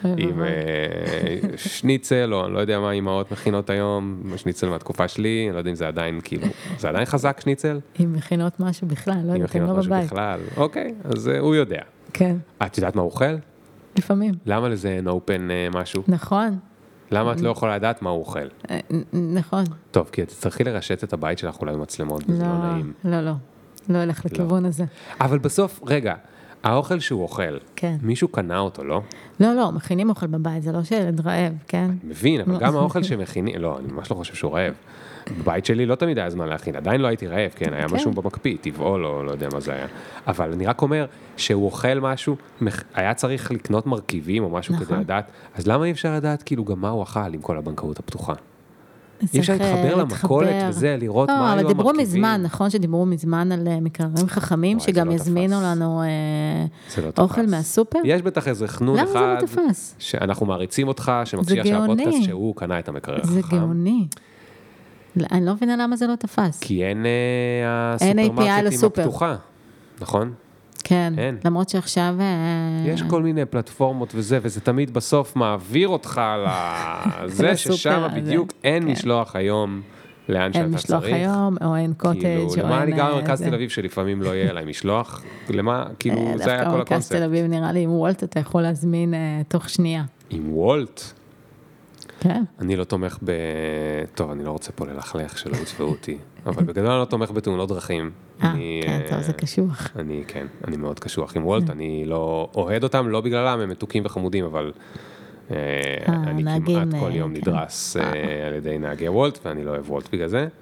שניצל, או אני לא יודע מה אמהות מכינות היום, שניצל מהתקופה שלי, אני לא יודע אם זה עדיין, כאילו, זה עדיין חזק שניצל? אם מכינות משהו בכלל, לא יודעת, הם לא בבית. אוקיי, אז הוא יודע. כן. את יודעת מה הוא אוכל? לפעמים. למה לזה אין אופן משהו? נכון. למה את לא יכולה לדעת מה הוא אוכל? נכון. טוב, כי את צריכי לרשת את הבית שלך אולי במצלמות, וזה לא נעים. לא, לא. לא הולך לכיוון הזה. אבל בסוף, רגע, האוכל שהוא אוכל, מישהו קנה אותו, לא? לא, לא, מכינים אוכל בבית, זה לא שילד רעב, כן? אני מבין, אבל גם האוכל שמכינים, לא, אני ממש לא חושב שהוא רעב. בבית שלי לא תמיד היה זמן להכין, עדיין לא הייתי רעב, כן, היה משהו במקפיא, טבעול, או לא יודע מה זה היה. אבל אני רק אומר שהוא אוכל משהו, היה צריך לקנות מרכיבים או משהו כדי לדעת, אז למה אי אפשר לדעת כאילו גם מה הוא אכל עם כל הבנקאות הפתוחה? אי אפשר להתחבר למכולת וזה, לראות מה היו המרכיבים. אבל דיברו מזמן, נכון שדיברו מזמן על מקררים חכמים, שגם יזמינו לנו אוכל מהסופר? יש בטח איזה חנון אחד, למה זה לא תפס? שאנחנו מעריצים אותך, שמקשיב שהפודקאסט שהוא קנה את המקרר החכם. זה גאוני. אני לא מבינה למה זה לא תפס. כי אין הסופרמרקטים הפתוחה, נכון? כן, למרות שעכשיו... יש כל מיני פלטפורמות וזה, וזה תמיד בסוף מעביר אותך לזה ששם בדיוק אין משלוח היום לאן שאתה צריך. אין משלוח היום, או אין קוטג', למה אני גם במרכז תל אביב שלפעמים לא יהיה אליי משלוח? למה? כאילו, זה היה כל הקונספט. דווקא במרכז תל אביב נראה לי, עם וולט אתה יכול להזמין תוך שנייה. עם וולט? כן. אני לא תומך ב... טוב, אני לא רוצה פה ללכלך שלא יצבעו אותי, אבל בגדול אני לא תומך בתאונות דרכים. אה, כן, טוב, זה קשוח. אני, כן, אני מאוד קשוח עם וולט, אני לא אוהד אותם, לא בגללם, הם מתוקים וחמודים, אבל אני כמעט כל יום נדרס על ידי נהגי וולט, ואני לא אוהב וולט בגלל זה.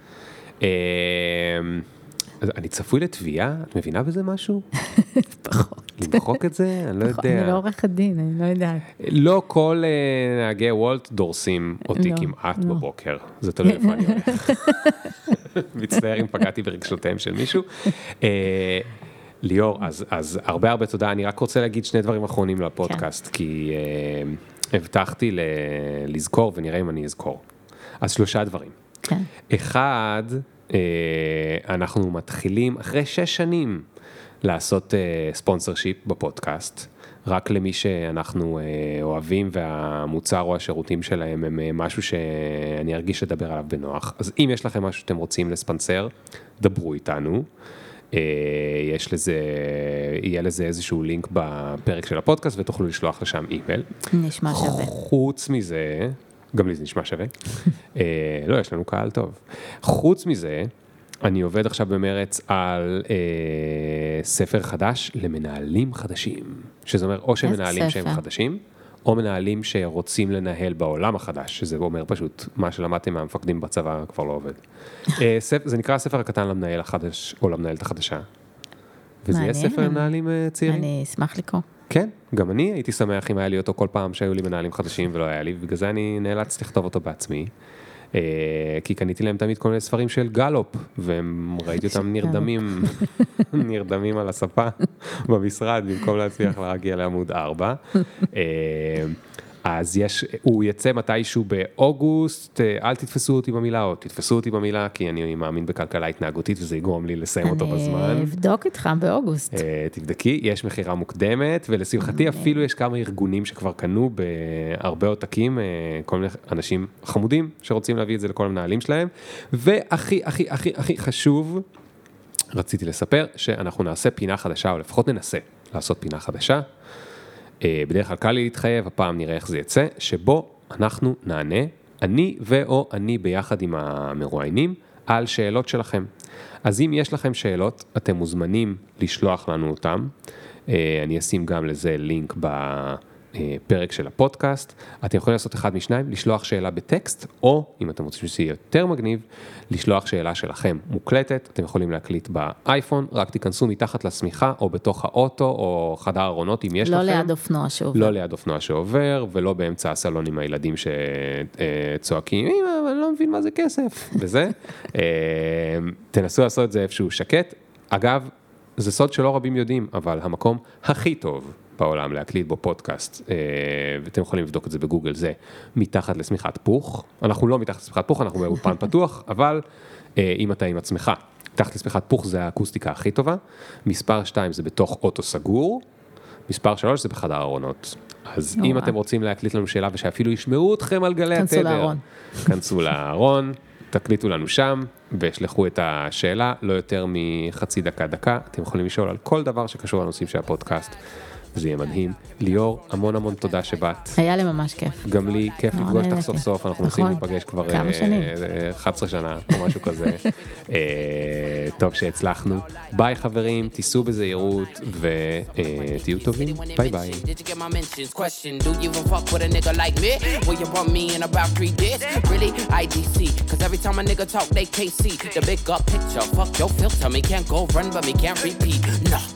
אני צפוי לתביעה, את מבינה בזה משהו? פחות. למחוק את זה? אני לא יודע. אני לא עורכת דין, אני לא יודעת. לא כל נהגי וולט דורסים אותי כמעט בבוקר. זה תלוי איפה אני הולך. מצטער אם פגעתי ברגשותיהם של מישהו. ליאור, אז הרבה הרבה תודה. אני רק רוצה להגיד שני דברים אחרונים לפודקאסט, כי הבטחתי לזכור, ונראה אם אני אזכור. אז שלושה דברים. אחד, אנחנו מתחילים אחרי שש שנים לעשות ספונסרשיפ בפודקאסט, רק למי שאנחנו אוהבים והמוצר או השירותים שלהם הם משהו שאני ארגיש לדבר עליו בנוח. אז אם יש לכם משהו שאתם רוצים לספונסר, דברו איתנו. יש לזה, יהיה לזה איזשהו לינק בפרק של הפודקאסט ותוכלו לשלוח לשם אימייל. נשמע שווה. חוץ מזה, גם לי זה נשמע שווה. לא, יש לנו קהל טוב. חוץ מזה, אני עובד עכשיו במרץ על אה, ספר חדש למנהלים חדשים, שזה אומר או שמנהלים שהם חדשים, או מנהלים שרוצים לנהל בעולם החדש, שזה אומר פשוט מה שלמדתם מהמפקדים בצבא כבר לא עובד. אה, ספר, זה נקרא הספר הקטן למנהל החדש, או למנהלת החדשה. וזה יהיה ספר למנהלים צעירים. אני אשמח לקרוא. כן, גם אני הייתי שמח אם היה לי אותו כל פעם שהיו לי מנהלים חדשים ולא היה לי, ובגלל זה אני נאלץ לכתוב אותו בעצמי. כי קניתי להם תמיד כל מיני ספרים של גלופ, וראיתי אותם נרדמים, נרדמים על הספה במשרד, במקום להצליח להגיע לעמוד ארבע. אז יש, הוא יצא מתישהו באוגוסט, אל תתפסו אותי במילה, או תתפסו אותי במילה, כי אני מאמין בכלכלה התנהגותית, וזה יגרום לי לסיים אותו בזמן. אני אבדוק איתך באוגוסט. תבדקי, יש מחירה מוקדמת, ולשמחתי אפילו יש כמה ארגונים שכבר קנו בהרבה עותקים, כל מיני אנשים חמודים שרוצים להביא את זה לכל המנהלים שלהם, והכי, הכי, הכי, הכי חשוב, רציתי לספר שאנחנו נעשה פינה חדשה, או לפחות ננסה לעשות פינה חדשה, בדרך כלל קל לי להתחייב, הפעם נראה איך זה יצא, שבו אנחנו נענה, אני ואו אני ביחד עם המרואיינים, על שאלות שלכם. אז אם יש לכם שאלות, אתם מוזמנים לשלוח לנו אותם, אני אשים גם לזה לינק בפרק של הפודקאסט, אתם יכולים לעשות אחד משניים, לשלוח שאלה בטקסט, או אם אתם רוצים שזה יהיה יותר מגניב, לשלוח שאלה שלכם מוקלטת, אתם יכולים להקליט באייפון, רק תיכנסו מתחת לשמיכה, או בתוך האוטו, או חדר ארונות, אם יש לא לכם. ליד אופנוע שעובר. לא ליד אופנוע שעובר, ולא באמצע הסלון עם הילדים שצועקים, אמא, אני לא מבין מה זה כסף, וזה. תנסו לעשות את זה איפשהו שקט. אגב, זה סוד שלא רבים יודעים, אבל המקום הכי טוב בעולם להקליט בו פודקאסט, ואתם יכולים לבדוק את זה בגוגל, זה מתחת לשמיכת פוך. אנחנו לא מתחת לשמיכת פוך, אנחנו באולפן פתוח, אבל אם אתה עם עצמך, מתחת לשמיכת פוך זה האקוסטיקה הכי טובה, מספר שתיים זה בתוך אוטו סגור, מספר שלוש זה בחדר ארונות. אז אם אתם רוצים להקליט לנו שאלה, ושאפילו ישמעו אתכם על גלי התדר, כנסו לארון. כנסו לארון, תקליטו לנו שם, וישלחו את השאלה, לא יותר מחצי דקה דקה, אתם יכולים לשאול על כל דבר שקשור לנושאים של הפודקאסט, זה יהיה מדהים. ליאור, המון המון תודה שבאת. היה לי ממש כיף. גם לי כיף לפגוש אותך סוף סוף, אנחנו רוצים להיפגש כבר אחת עשרה שנה או משהו כזה. טוב שהצלחנו. ביי חברים, תיסעו בזהירות ותהיו טובים. ביי ביי. Nah.